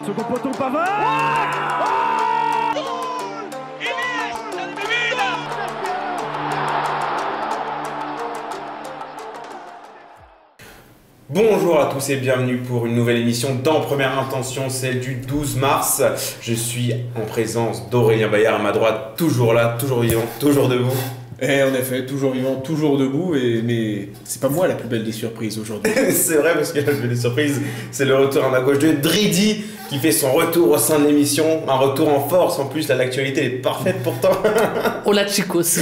second poteau, Pavard. Bonjour à tous et bienvenue pour une nouvelle émission dans Première Intention, celle du 12 mars. Je suis en présence d'Aurélien Bayard à ma droite, toujours là, toujours vivant, toujours debout. Et en effet, toujours vivant, toujours debout, mais c'est pas moi la plus belle des surprises aujourd'hui. C'est vrai parce que la plus belle des surprises, c'est le retour à ma gauche de Dridi qui fait son retour au sein de l'émission, un retour en force en plus, là l'actualité est parfaite pourtant. Hola chicos.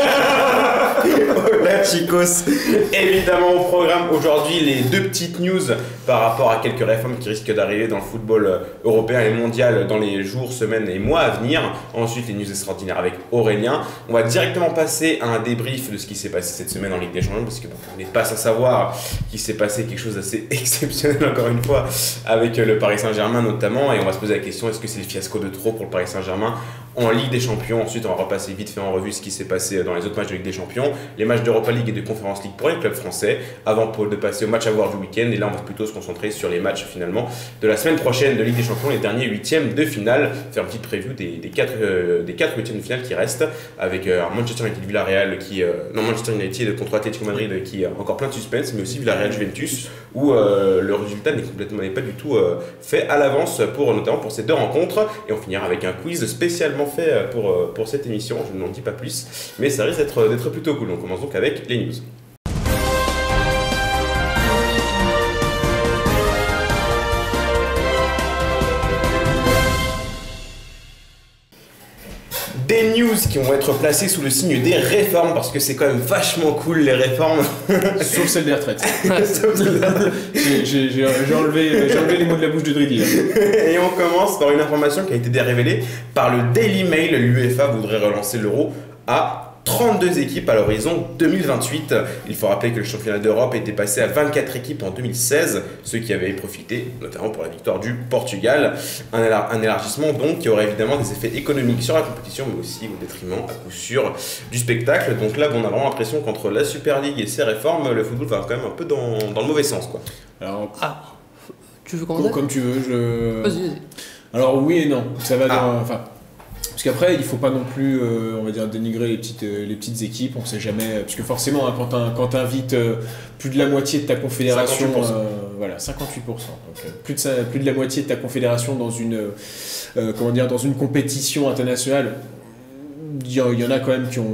Hola chicos. Évidemment au programme aujourd'hui les deux petites news par rapport à quelques réformes qui risquent d'arriver dans le football européen et mondial dans les jours, semaines et mois à venir. Ensuite les news extraordinaires avec Aurélien. On va directement passer à un débrief de ce qui s'est passé cette semaine en Ligue des Champions parce que on n'est pas sans savoir qu'il s'est passé quelque chose d'assez exceptionnel encore une fois avec le Paris Saint-Germain notamment, et on va se poser la question, est-ce que c'est le fiasco de trop pour le Paris Saint-Germain en Ligue des Champions? Ensuite on va repasser vite fait en revue ce qui s'est passé dans les autres matchs de Ligue des Champions, les matchs d'Europa League et de Conference League pour les clubs français, avant de passer au match à voir du week-end. Et là on va plutôt se concentrer sur les matchs finalement de la semaine prochaine de Ligue des Champions, les derniers huitièmes de finale, faire une petite preview des quatre huitièmes de finale qui restent, avec Manchester United Villarreal Manchester United contre Atlético Madrid qui a encore plein de suspense, mais aussi Villarreal Juventus où le résultat n'est pas du tout fait à l'avance notamment pour ces deux rencontres. Et on finira avec un quiz spécialement fait pour cette émission, je n'en dis pas plus, mais ça risque d'être plutôt cool. On commence donc avec les news. Des news qui vont être placées sous le signe des réformes, parce que c'est quand même vachement cool les réformes. Sauf celle des retraites. J'ai enlevé les mots de la bouche de Dridi. Et on commence par une information qui a été révélée par le Daily Mail. L'UEFA voudrait relancer l'Euro à 32 équipes à l'horizon 2028. Il faut rappeler que le championnat d'Europe était passé à 24 équipes en 2016, ce qui avait profité notamment pour la victoire du Portugal. Un élargissement donc qui aurait évidemment des effets économiques sur la compétition, mais aussi au détriment à coup sûr du spectacle. Donc là, on a vraiment l'impression qu'entre la Super League et ses réformes, le football va quand même un peu dans le mauvais sens, quoi. Alors, tu veux commencer ? Comme tu veux. Vas-y. Alors oui et non, ça va dans... Parce qu'après, il ne faut pas non plus, on va dire, dénigrer les petites équipes, on ne sait jamais, parce que forcément, hein, quand tu invites plus de la moitié de ta confédération, 58%. Voilà, 58%, donc, plus de la moitié de ta confédération dans dans une compétition internationale, il y en a quand même qui ont...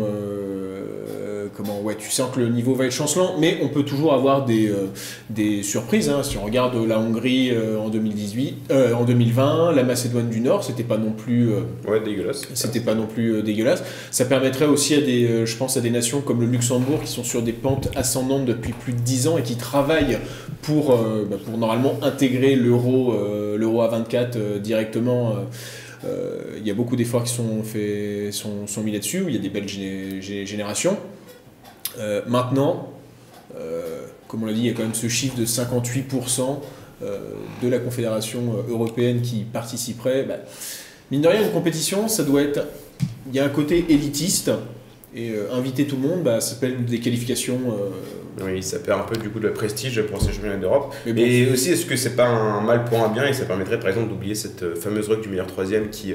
tu sens que le niveau va être chancelant, mais on peut toujours avoir des surprises. Hein. Si on regarde la Hongrie en 2020, la Macédoine du Nord, c'était pas non plus dégueulasse. C'était pas non plus dégueulasse. Ça permettrait aussi à des nations comme le Luxembourg qui sont sur des pentes ascendantes depuis plus de 10 ans et qui travaillent pour normalement intégrer l'euro à 24 directement. Il y a beaucoup d'efforts qui sont mis là-dessus, où il y a des belles générations. Maintenant, comme on l'a dit, il y a quand même ce chiffre de 58% de la Confédération européenne qui participerait. Mine de rien, une compétition, ça doit être... Il y a un côté élitiste, et inviter tout le monde, ça s'appelle des qualifications... Oui, ça perd un peu du coup de prestige pour ces championnats d'Europe. Mais bon, et aussi, est-ce que c'est pas un mal pour un bien, et ça permettrait par exemple d'oublier cette fameuse règle du meilleur troisième qui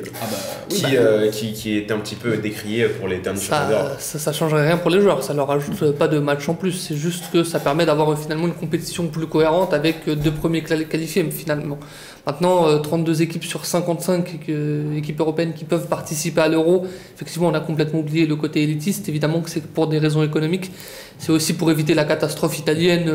était un petit peu décriée pour les derniers championnats d'Europe. Ça changerait rien pour les joueurs, ça leur rajoute pas de match en plus, c'est juste que ça permet d'avoir finalement une compétition plus cohérente avec deux premiers qualifiés finalement. Maintenant, 32 équipes sur 55 équipes européennes qui peuvent participer à l'Euro. Effectivement, on a complètement oublié le côté élitiste. Évidemment que c'est pour des raisons économiques. C'est aussi pour éviter la catastrophe italienne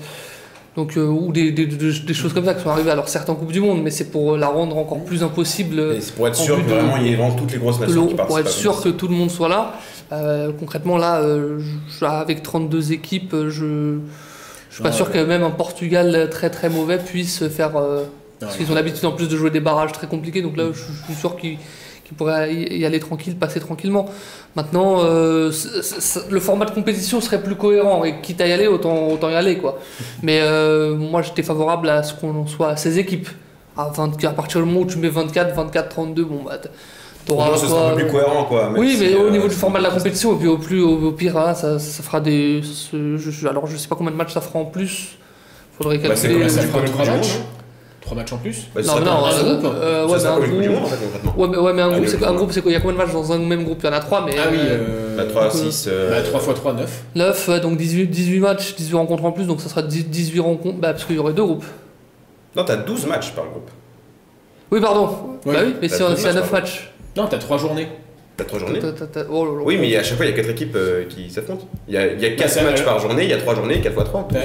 ou des choses comme ça qui sont arrivées. Alors certes en Coupe du Monde, mais c'est pour la rendre encore plus impossible. Et c'est pour être sûr que vraiment il y ait vraiment toutes les grosses nations qui participent. Pour être sûr que tout le monde soit là. Concrètement, là, avec 32 équipes, je suis pas sûr que même un Portugal très très mauvais puisse faire... parce qu'ils ont l'habitude en plus de jouer des barrages très compliqués, donc là je suis sûr qu'ils pourraient y aller tranquille, passer tranquillement. Maintenant, le format de compétition serait plus cohérent, et quitte à y aller, autant y aller, quoi. Mais moi j'étais favorable à ce qu'on soit à 16 équipes. À partir du moment où tu mets 24, 32, ce sera un peu plus cohérent, quoi. Oui, mais au niveau du format de la compétition, et puis au pire, hein, ça fera des... Alors je sais pas combien de matchs ça fera en plus. Faudrait calculer... Ça fera 3 matchs. 3 matchs en plus. Bah, Non, ça non, sera un groupe. ouais, ça mais sera un comme une Coupe du groupe. Monde en fait concrètement. Ouais, mais un groupe, oui, c'est un groupe, c'est quoi? Il y a combien de matchs dans un même groupe? Il y en a 3, mais. Ah oui, Bah, 3, 6. 3 x 3, 9. 9, donc 18 matchs, 18 rencontres en plus, donc ça sera 18 rencontres, bah, parce qu'il y aurait 2 groupes. Non, t'as 12 matchs par groupe. Oui, pardon. Ouais. Bah oui, mais T'as c'est 12 à 9 matchs, matchs. Non, t'as 3 journées. T'as 3 journées. Oh là là. Oui, mais à chaque fois, il y a 4 équipes qui s'affrontent. Il y a 4 ça, matchs par journée, il y a 3 journées, 4 x 3. Bah,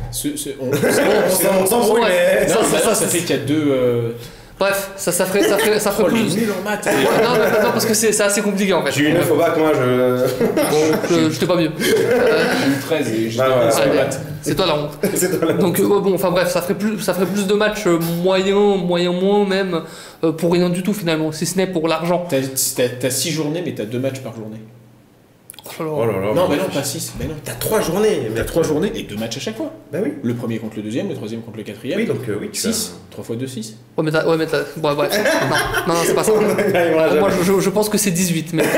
On s'embrouille, mais. Non, ça fait qu'il y a 2. Bref, ça ferait Oh, plus. les nuls en maths. Non, parce que c'est assez compliqué en fait. J'ai eu 9 au bac, moi, Je t'ai pas mieux. J'ai eu 13 et j'ai Bah, voilà. sur les Ouais, maths. c'est toi la honte. C'est dans la. Donc bon, enfin bref, ça ferait plus de matchs moyens moins même, pour rien du tout finalement, si ce n'est pour l'argent. T'as 6 journées, mais t'as 2 matchs par journée. Oh là là. Non, mais non, pas 6. Mais non. T'as 3 journées. T'as 3 journées et 2 matchs à chaque fois. Bah oui. Le premier contre le deuxième, le troisième contre le quatrième. Oui, donc oui, tu 6. 3 x 2, 6. Ouais, mais bon, bref. Non, c'est pas ça. Moi, je pense que c'est 18, mais.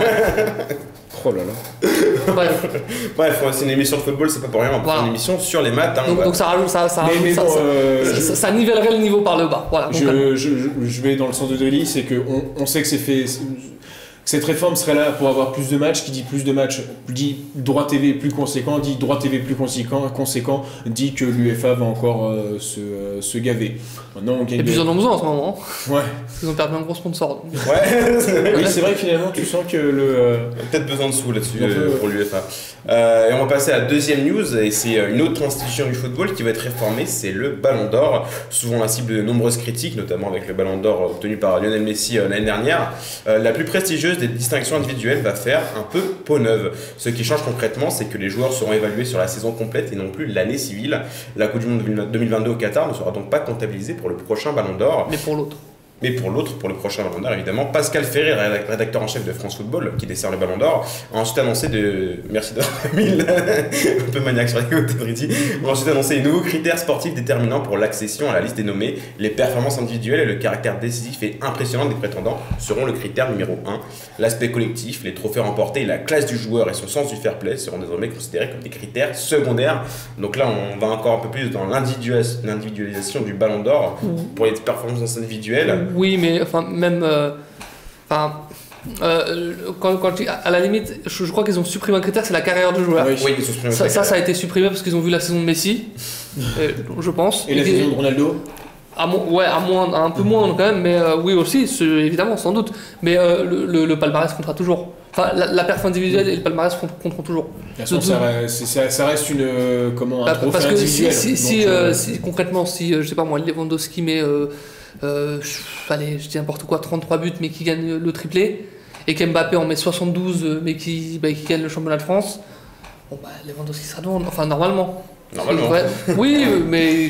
Oh là là. Bref, c'est une émission de football, c'est pas pour rien. On va faire une émission sur les maths. Hein, Donc ça rajoute, Mais bon, ça nivellerait le niveau par le bas. Voilà. je vais dans le sens de Deli, c'est qu'on sait que c'est fait. Cette réforme serait là pour avoir plus de matchs. Qui dit plus de matchs dit droit TV plus conséquent, dit droit TV plus conséquent, dit que l'UEFA va encore se gaver. Maintenant, on gagne. Et puis ils en ont besoin en ce moment. Ouais. Parce qu'ils ont perdu un gros sponsor. Ouais. Oui, c'est vrai que finalement, tu sens que le. On a peut-être besoin de sous là-dessus pour l'UEFA. Et on va passer à la deuxième news, et c'est une autre institution du football qui va être réformée, c'est le Ballon d'Or. Souvent la cible de nombreuses critiques, notamment avec le Ballon d'Or obtenu par Lionel Messi l'année dernière. La plus prestigieuse des distinctions individuelles va faire un peu peau neuve. Ce qui change concrètement, c'est que les joueurs seront évalués sur la saison complète et non plus l'année civile. La Coupe du Monde 2022 au Qatar ne sera donc pas comptabilisée pour le prochain Ballon d'Or. Mais pour l'autre. Mais pour l'autre, pour le prochain Ballon d'Or, évidemment, Pascal Ferré, rédacteur en chef de France Football, qui dessert le Ballon d'Or, a ensuite annoncé merci de un peu maniaque sur les côtés de Rizzi, a ensuite annoncé les nouveaux critères sportifs déterminants pour l'accession à la liste des nommés. Les performances individuelles et le caractère décisif et impressionnant des prétendants seront le critère numéro 1. L'aspect collectif, les trophées remportés, la classe du joueur et son sens du fair play seront désormais considérés comme des critères secondaires. Donc là, on va encore un peu plus dans l'individualisation du Ballon d'Or pour les performances individuelles. Oui, mais enfin, même. À la limite, je crois qu'ils ont supprimé un critère, c'est la carrière du joueur. Oui, ils ont supprimé Ça a été supprimé parce qu'ils ont vu la saison de Messi, je pense. Et la saison de Ronaldo. Un peu moins quand même, mais oui aussi, évidemment, sans doute. Mais le palmarès comptera toujours. Enfin, la perf individuelle et le palmarès compteront toujours. De toute façon, ça reste un trophée parce que individuel. si concrètement, je sais pas moi, Lewandowski met, allez, je dis n'importe quoi, 33 buts, mais qui gagne le triplé, et qu'Mbappé en met 72, mais qui gagne le championnat de France, bon bah Lewandowski sera devant, enfin normalement. Oui, mais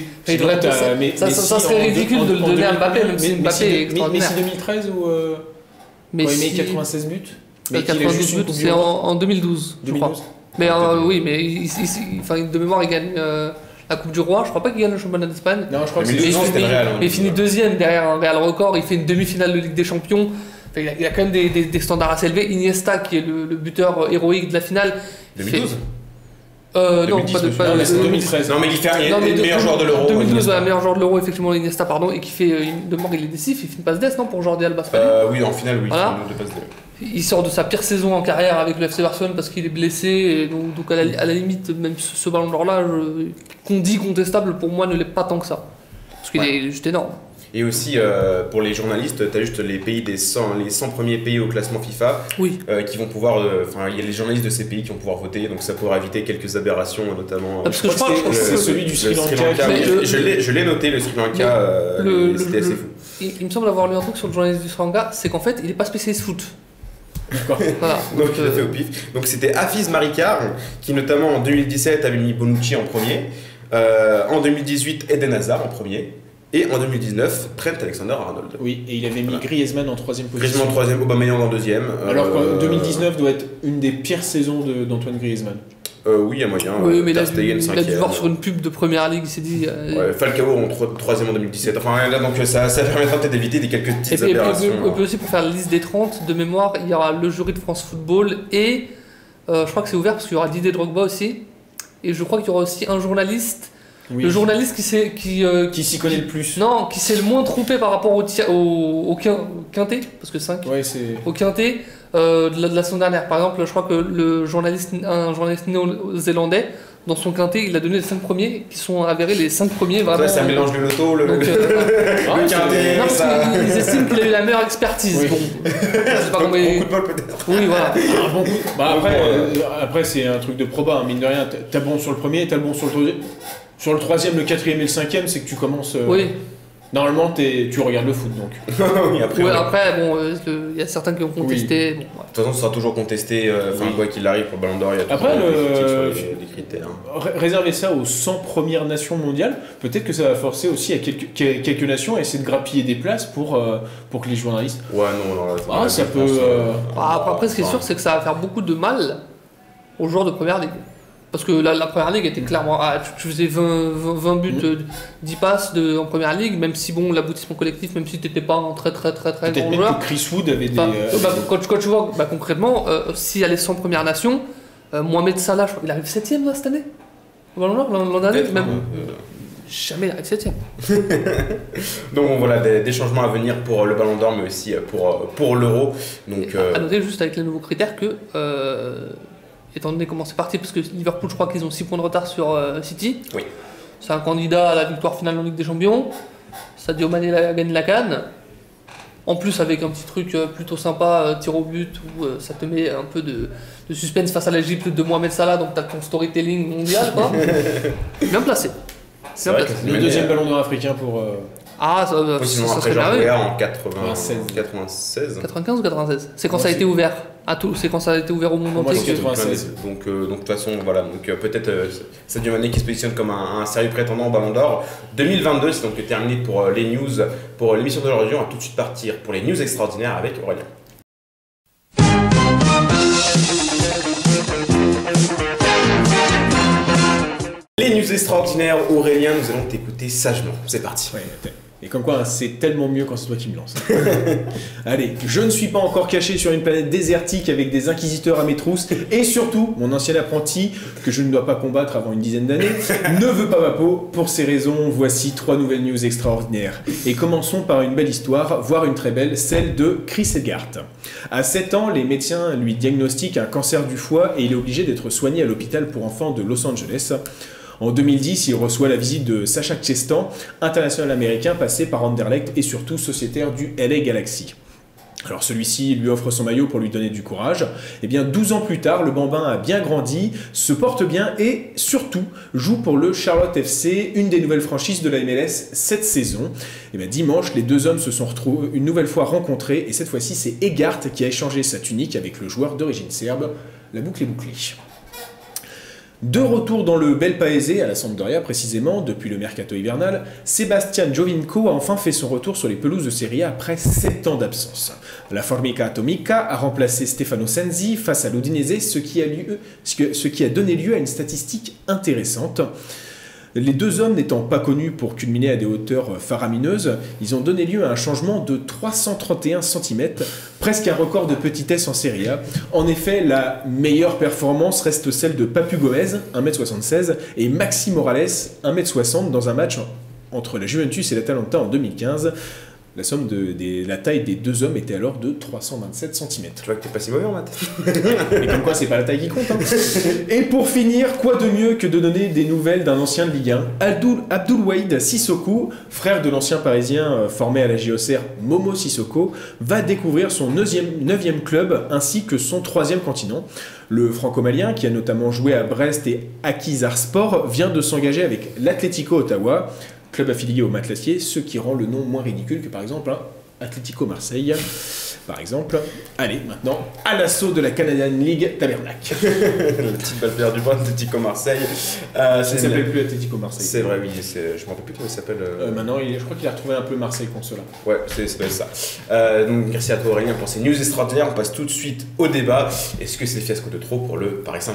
ça serait ridicule de le donner à Mbappé, même si Mbappé est extraordinaire. Messi 2013 ou quand il met 96 buts. Mais 92 buts, c'est en 2012, je crois. Mais oui, mais de mémoire, il gagne la Coupe du Roi. Je crois pas qu'il gagne le championnat d'Espagne. Non, je crois que il finit deuxième derrière un Real record. Il fait une demi-finale de Ligue des Champions. Enfin, il a quand même des standards assez élevés. Iniesta, qui est le buteur héroïque de la finale. 2012 non, pas 2013. Non, mais il fait le meilleur joueur de l'Euro. 2012, meilleur joueur de l'Euro, effectivement, Iniesta, pardon, et qui fait de mort, il est décisif, il fait une passe d'Est, non, pour Jordi Alba. Oui, en finale, oui, voilà. il fait une passe d'Est. Il sort de sa pire saison en carrière avec le FC Barcelone parce qu'il est blessé, et donc à la limite, même ce ballon d'or là, qu'on dit contestable, pour moi ne l'est pas tant que ça. Parce qu'il est juste énorme. Et aussi, pour les journalistes, tu as juste les pays les 100 premiers pays au classement FIFA qui vont pouvoir. Enfin, il y a les journalistes de ces pays qui vont pouvoir voter, donc ça pourra éviter quelques aberrations, notamment. Parce que je crois que c'est celui du Sri Lanka. Je l'ai noté, le Sri Lanka, c'était assez fou. Il me semble avoir lu un truc sur le journaliste du Sri Lanka, c'est qu'en fait, il n'est pas spécialiste foot. D'accord. Voilà. Donc il a fait au pif. Donc c'était Hafiz Marikar qui notamment en 2017 avait mis Bonucci en premier, en 2018 Eden Hazard en premier, et en 2019 Trent Alexander-Arnold. Oui, et il avait mis Griezmann en troisième position. Griezmann en troisième, Aubameyang en deuxième. Alors que 2019 doit être une des pires saisons d'Antoine Griezmann. Oui, il y a moyen. Oui, mais il a dû voir sur une pub de Première Ligue, il s'est dit... Falcao en troisième en 2017. Enfin là, donc ça permettra peut-être d'éviter des quelques petites aberrations. Et puis aussi pour faire la liste des 30, de mémoire, il y aura le jury de France Football et je crois que c'est ouvert parce qu'il y aura Didier Drogba aussi. Et je crois qu'il y aura aussi un journaliste Oui. Le journaliste qui s'y connaît le plus. Non, qui s'est le moins trompé par rapport au quintet, parce que 5, Ouais, c'est... au quintet de la semaine dernière. Par exemple, je crois que un journaliste néo-zélandais, dans son quintet, il a donné les 5 premiers, qui sont avérés les 5 premiers vraiment. Ouais, c'est un mélange de loto, le Donc, le quintet, non, parce ça... qu'ils estiment qu'il a eu la meilleure expertise. Oui. Bon, je sais pas comment Beaucoup de bol peut-être. Oui, voilà. Un bon coup. Bah après c'est un truc de proba, hein, mine de rien. T'as bon sur le premier, t'as le bon sur le deuxième. Sur le troisième, le quatrième et le cinquième, c'est que tu commences. Oui. Normalement, tu regardes le foot donc. Oui, après, Ouais, ouais. après, bon, il y a certains qui ont contesté. Bon, ouais. De toute façon, ce sera toujours contesté, Oui. quoi qu'il arrive pour le Ballon d'Or, il y a Après, toujours des critiques sur les critères. Réserver ça aux 100 premières nations mondiales, peut-être que ça va forcer aussi à quelques nations à essayer de grappiller des places pour que les journalistes. Ouais, non, là, Ça je peut. pense, Après, ce qui est sûr, c'est que ça va faire beaucoup de mal aux joueurs de première ligue. Parce que la première ligue était clairement. Tu faisais 20 buts, 10 passes en première ligue, même si bon, l'aboutissement collectif, même si t'étais pas un très Peut-être grand même joueur. que Chris Wood avait des. Quand tu vois concrètement, s'il y a les 100 premières nations, Mohamed Salah, je crois qu'il arrive 7ème là, cette année au Ballon d'Or, l'an dernier, peut-être, même. hein. Jamais il arrive 7ème. Donc voilà, des changements à venir pour le Ballon d'Or, mais aussi pour l'Euro. Donc, À noter juste avec les nouveaux critères que. Étant donné comment c'est parti, parce que Liverpool, je crois qu'ils ont 6 points de retard sur City. Oui. C'est un candidat à la victoire finale en Ligue des Champions. Sadio Mané gagne la CAN. En plus, avec un petit truc plutôt sympa, tir au but, où ça te met un peu de suspense face à l'Égypte de Mohamed Salah, donc t'as ton storytelling mondial, quoi. Bien placé. c'est vrai que Le deuxième ballon d'or africain pour. Sinon, ça après serait Jean merveilleux. Brouillard en 96. 95 ou 96? C'est quand Moi, ça a c'est- été ouvert à tout, c'est quand ça a été ouvert au monde Pour moi, entier. c'est que- 96. Donc de toute façon, voilà. Donc peut-être Sadio Mané qui se positionne comme un sérieux prétendant au Ballon d'Or. 2022, c'est donc terminé pour les news, pour l'émission d'aujourd'hui. On va tout de suite partir pour les news extraordinaires avec Aurélien. Les news extraordinaires, Aurélien, nous allons t'écouter sagement. C'est parti. Ouais, et comme quoi, hein, c'est tellement mieux quand c'est toi qui me lance. Allez, je ne suis pas encore caché sur une planète désertique avec des inquisiteurs à mes trousses, et surtout, mon ancien apprenti, que je ne dois pas combattre avant une dizaine d'années, ne veut pas ma peau. Pour ces raisons, voici 3 nouvelles news extraordinaires. Et commençons par une belle histoire, voire une très belle, celle de Chris Edgart. À 7 ans, les médecins lui diagnostiquent un cancer du foie et il est obligé d'être soigné à l'hôpital pour enfants de Los Angeles. En 2010, il reçoit la visite de Sacha Chestan, international américain passé par Anderlecht et surtout sociétaire du LA Galaxy. Alors celui-ci lui offre son maillot pour lui donner du courage. Et bien 12 ans plus tard, le bambin a bien grandi, se porte bien et surtout joue pour le Charlotte FC, une des nouvelles franchises de la MLS cette saison. Et bien dimanche, les deux hommes se sont retrouvés une nouvelle fois rencontrés et cette fois-ci c'est Egart qui a échangé sa tunique avec le joueur d'origine serbe. La boucle est bouclée. De retour dans le Bel Paese, à la Sampdoria précisément, depuis le mercato hivernal, Sebastian Giovinco a enfin fait son retour sur les pelouses de Serie A après 7 ans d'absence. La Formica Atomica a remplacé Stefano Sensi face à l'Udinese, ce qui a donné lieu à une statistique intéressante. Les deux hommes n'étant pas connus pour culminer à des hauteurs faramineuses, ils ont donné lieu à un changement de 331 cm, presque un record de petitesse en Serie A. En effet, la meilleure performance reste celle de Papu Gomez, 1m76, et Maxi Morales, 1m60, dans un match entre la Juventus et l'Atalanta en 2015. La somme la taille des deux hommes était alors de 327 cm. Tu vois que t'es pas si mauvais en maths. Et comme quoi, c'est pas la taille qui compte. Hein. Et pour finir, quoi de mieux que de donner des nouvelles d'un ancien de Ligue 1, Abdoulwahid Sissoko, frère de l'ancien parisien formé à la JOCR Momo Sissoko, va découvrir son 9e club ainsi que son 3e continent. Le franco-malien, qui a notamment joué à Brest et Akhisarspor, vient de s'engager avec l'Atlético Ottawa, club affilié au Matelassier, ce qui rend le nom moins ridicule que par exemple Atlético Marseille. Par exemple, allez maintenant à l'assaut de la Canadian League Tabernacle. La petite balle perdue pour Atlético Marseille. Ça ne s'appelle plus Atlético Marseille. C'est vrai, oui. Je me rappelle plus comment il s'appelle. Maintenant, je crois qu'il a retrouvé un peu Marseille contre cela. Ouais, c'est ça. Donc merci à toi Aurélien pour ces news extraordinaires. On passe tout de suite au débat. Est-ce que c'est fiasco de trop pour le Paris Saint-Germain ?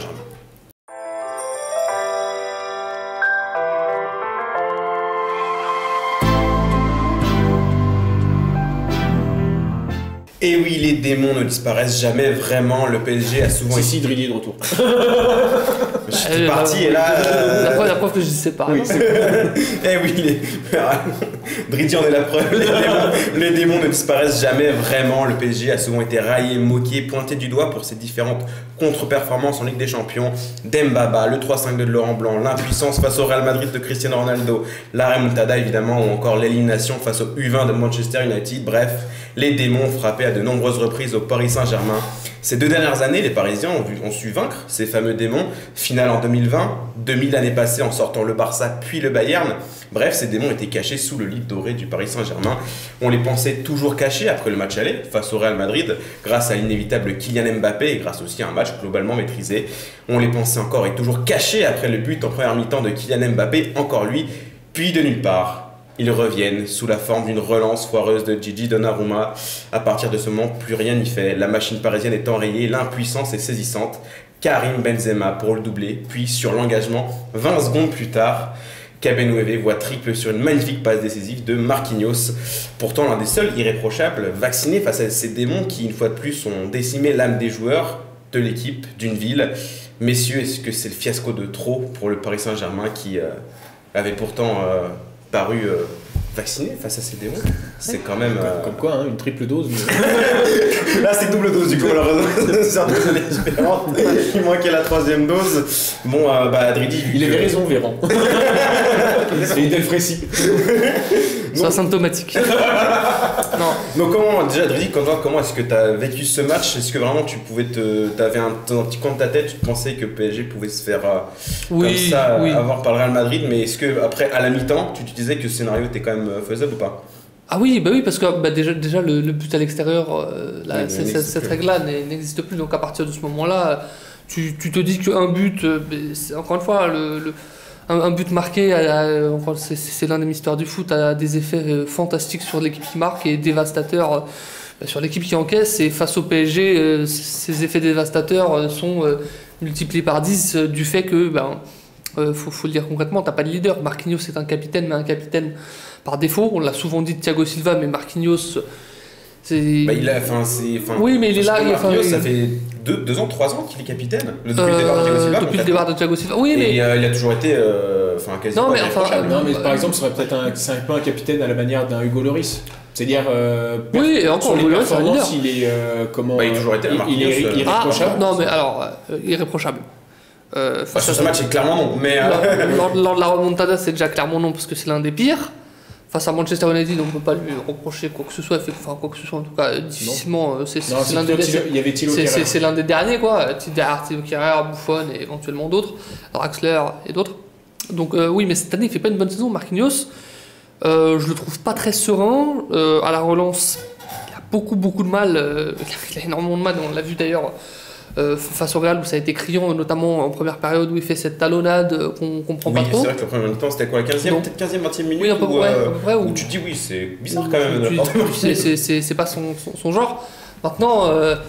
Et oui, les démons ne disparaissent jamais vraiment. Le PSG a souvent Si, Drillier de retour. J'étais parti et là. La preuve que je dis c'est pas. Oui, Eh oui, Dridi en est la preuve. Les démons ne disparaissent jamais vraiment. Le PSG a souvent été raillé, moqué, pointé du doigt pour ses différentes contre-performances en Ligue des Champions. Dembaba, le 3-5-2 de Laurent Blanc, l'impuissance face au Real Madrid de Cristiano Ronaldo, la remontada évidemment, ou encore l'élimination face au U20 de Manchester United. Bref, les démons ont frappé à de nombreuses reprises au Paris Saint-Germain. Ces 2 dernières années, les Parisiens ont su vaincre ces fameux démons. Finale en 2020, 2000 l'année passée en sortant le Barça puis le Bayern. Bref, ces démons étaient cachés sous le lit doré du Paris Saint-Germain. On les pensait toujours cachés après le match aller face au Real Madrid, grâce à l'inévitable Kylian Mbappé et grâce aussi à un match globalement maîtrisé. On les pensait encore et toujours cachés après le but en première mi-temps de Kylian Mbappé, encore lui, puis de nulle part. Ils reviennent sous la forme d'une relance foireuse de Gigi Donnarumma. À partir de ce moment, plus rien n'y fait. La machine parisienne est enrayée, l'impuissance est saisissante. Karim Benzema pour le doubler, puis sur l'engagement, 20 secondes plus tard, Kabenouévé voit triple sur une magnifique passe décisive de Marquinhos. Pourtant l'un des seuls irréprochables vaccinés face à ces démons qui, une fois de plus, ont décimé l'âme des joueurs, de l'équipe, d'une ville. Messieurs, est-ce que c'est le fiasco de trop pour le Paris Saint-Germain qui avait pourtant paru vacciné face à ces démons? C'est quand même... Comme quoi, hein, une triple dose. Là, c'est double dose du coup, malheureusement. C'est un peu différent. Il manquait la 3e dose. Bon, Dridi... Il avait raison, Véran. C'est une précis. C'est asymptomatique. Non. Donc déjà Dridi, comment est-ce que tu as vécu ce match? Est-ce que vraiment t'avais un petit coin de ta tête, tu te pensais que PSG pouvait se faire comme ça avoir par le Real Madrid, mais est-ce que après à la mi-temps, tu te disais que ce scénario était quand même faisable ou pas? Ah oui, parce que déjà le but à l'extérieur, cette règle-là n'existe plus, donc à partir de ce moment-là, tu te dis qu'un but, encore une fois, un but marqué, c'est l'un des mystères du foot, a des effets fantastiques sur l'équipe qui marque et dévastateurs sur l'équipe qui encaisse. Et face au PSG, ces effets dévastateurs sont multipliés par 10 du fait que, faut le dire concrètement, t'as pas de leader. Marquinhos est un capitaine, mais un capitaine par défaut. On l'a souvent dit de Thiago Silva, mais Marquinhos... Oui, mais il est là. Marquinhos, ça fait 2 ans, 3 ans qu'il est capitaine depuis le départ de Thiago Silva. Depuis le départ de Thiago Silva. Oui, mais il a toujours été quasiment. Non, mais par exemple, c'est un peu un capitaine à la manière d'un Hugo Lloris. C'est-à-dire, et encore sur les performances, il est il a toujours été irréprochable. Non, mais alors irréprochable. Sur ce match, c'est clairement non. Mais lors de la remontada, c'est déjà clairement non parce que c'est l'un des pires. Face à Manchester United, on ne peut pas lui reprocher quoi que ce soit. Quoi que ce soit, en tout cas, difficilement. C'est l'un des derniers, quoi. Derrière Thilo Kehrer, Buffon et éventuellement d'autres, Draxler et d'autres. Donc oui, mais cette année, il fait pas une bonne saison. Marquinhos, je le trouve pas très serein. À la relance, il a beaucoup de mal. Il a énormément de mal. On l'a vu d'ailleurs. Face au Real où ça a été criant, notamment en première période où il fait cette talonnade qu'on comprend pas trop. C'est vrai que la première mi-temps c'était quoi, la 15e, peut-être 15e, 20e minute, où tu te dis oui, c'est bizarre quand même. C'est pas son genre. Maintenant,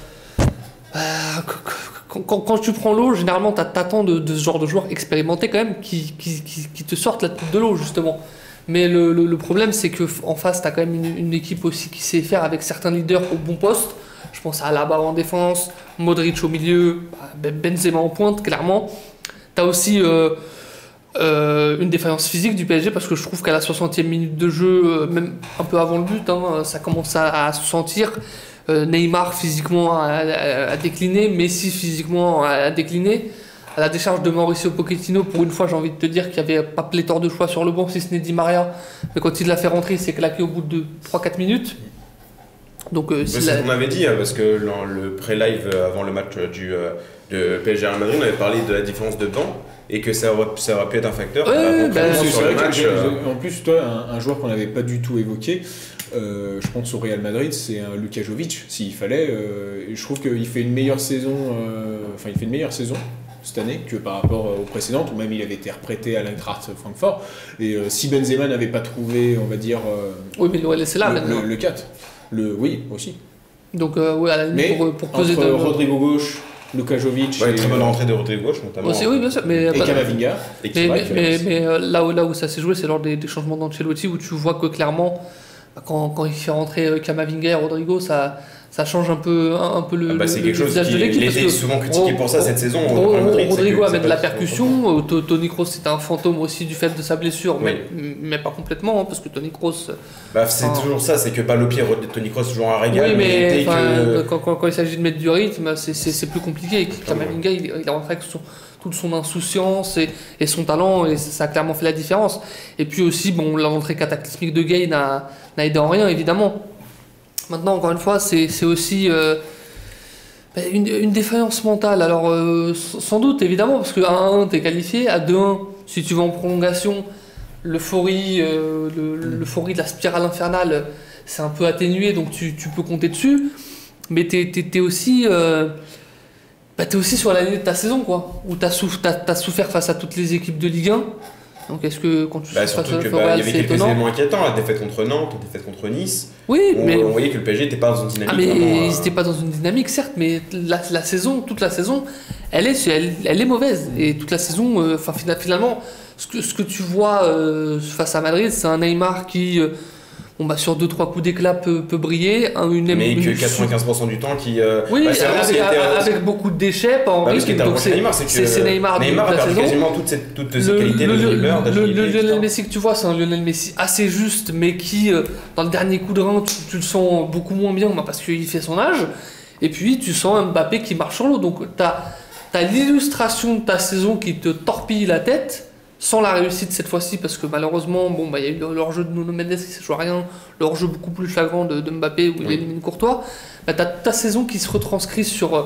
quand tu prends l'eau, généralement t'attends de ce genre de joueurs expérimentés quand même qui te sortent la tête de l'eau justement. Mais le problème c'est qu'en face t'as quand même une équipe aussi qui sait faire avec certains leaders au bon poste. Je pense à Alaba en défense, Modric au milieu, Benzema en pointe, clairement. Tu as aussi une défaillance physique du PSG parce que je trouve qu'à la 60e minute de jeu, même un peu avant le but, ça commence à se sentir. Neymar physiquement a décliné, Messi physiquement a décliné. À la décharge de Mauricio Pochettino, pour une fois, j'ai envie de te dire qu'il n'y avait pas pléthore de choix sur le banc, si ce n'est Di Maria. Mais quand il l'a fait rentrer, il s'est claqué au bout de 3-4 minutes. Donc, c'est ce qu'on avait dit, parce que dans le pré-live avant le match de PSG Real Madrid, on avait parlé de la différence de banc et que ça aurait pu être un facteur. Sur le match. En plus, toi, un joueur qu'on n'avait pas du tout évoqué, je pense au Real Madrid, c'est un Luka Jovic, s'il fallait. Je trouve qu'il fait une meilleure saison. Il fait une meilleure saison cette année que par rapport aux précédentes, où même il avait été reprêté à l'Eintracht Francfort. Et si Benzema n'avait pas trouvé, on va dire, oui, mais il l'aurait laissé là maintenant. Le 4. Oui, aussi. Donc, à la limite, pour poser entre Rodrigo gauche, Luka Jovic. Très bonne rentrée de Rodrigo gauche, notamment. Aussi, oui, bien sûr. Mais Camavinga. Mais là où ça s'est joué, c'est lors des changements d'Ancelotti où tu vois que clairement, quand il fait rentrer Camavinga et Rodrigo, ça ça change un peu le c'est quelque chose visage de qui l'équipe. était souvent critiqué pour ça cette saison. Rodrigo amène de la percussion. Toni Kroos c'était un fantôme aussi du fait de sa blessure, mais pas complètement, hein, parce que Toni Kroos. C'est toujours ça, c'est que pas le pire. Toni Kroos toujours un régal. Oui, mais quand il s'agit de mettre du rythme, c'est plus compliqué. Kamavinga, il est rentré avec toute son insouciance et son talent, et ça a clairement fait la différence. Et puis aussi, la rentrée cataclysmique de Gay n'a aidé en rien, évidemment. Maintenant, encore une fois, c'est aussi une défaillance mentale. Alors, sans doute, évidemment, parce qu'à 1-1, t'es qualifié. À 2-1, si tu vas en prolongation, l'euphorie de la spirale infernale, c'est un peu atténué, donc tu peux compter dessus. Mais t'es aussi sur l'année de ta saison, quoi. Où t'as souffert face à toutes les équipes de Ligue 1. Donc est-ce que quand tu surtout face que au Real, il y avait quelques éléments inquiétants, la défaite contre Nantes, la défaite contre Nice. Oui, mais on voyait que le PSG n'était pas dans une dynamique. ils n'étaient pas dans une dynamique, certes, mais toute la saison, elle est mauvaise. Et toute la saison, finalement, ce que tu vois face à Madrid, c'est un Neymar qui sur 2-3 coups d'éclat peut briller. Mais que 95% du temps qui. Avec beaucoup de déchets, pas en rythme. Donc c'est Neymar, c'est Neymar a perdu quasiment toutes ses qualités de dribbleur. Le Lionel Messi que tu vois, c'est un Lionel Messi assez juste, mais qui, dans le dernier coup de rein, tu le sens beaucoup moins bien parce qu'il fait son âge. Et puis tu sens un Mbappé qui marche sur l'eau. Donc t'as l'illustration de ta saison qui te torpille la tête. Sans la réussite cette fois-ci, parce que malheureusement, il y a eu le hors-jeu de Nuno Mendes qui ne joue à rien, le hors-jeu beaucoup plus flagrant de Mbappé où il élimine Courtois. T'as ta saison qui se retranscrit sur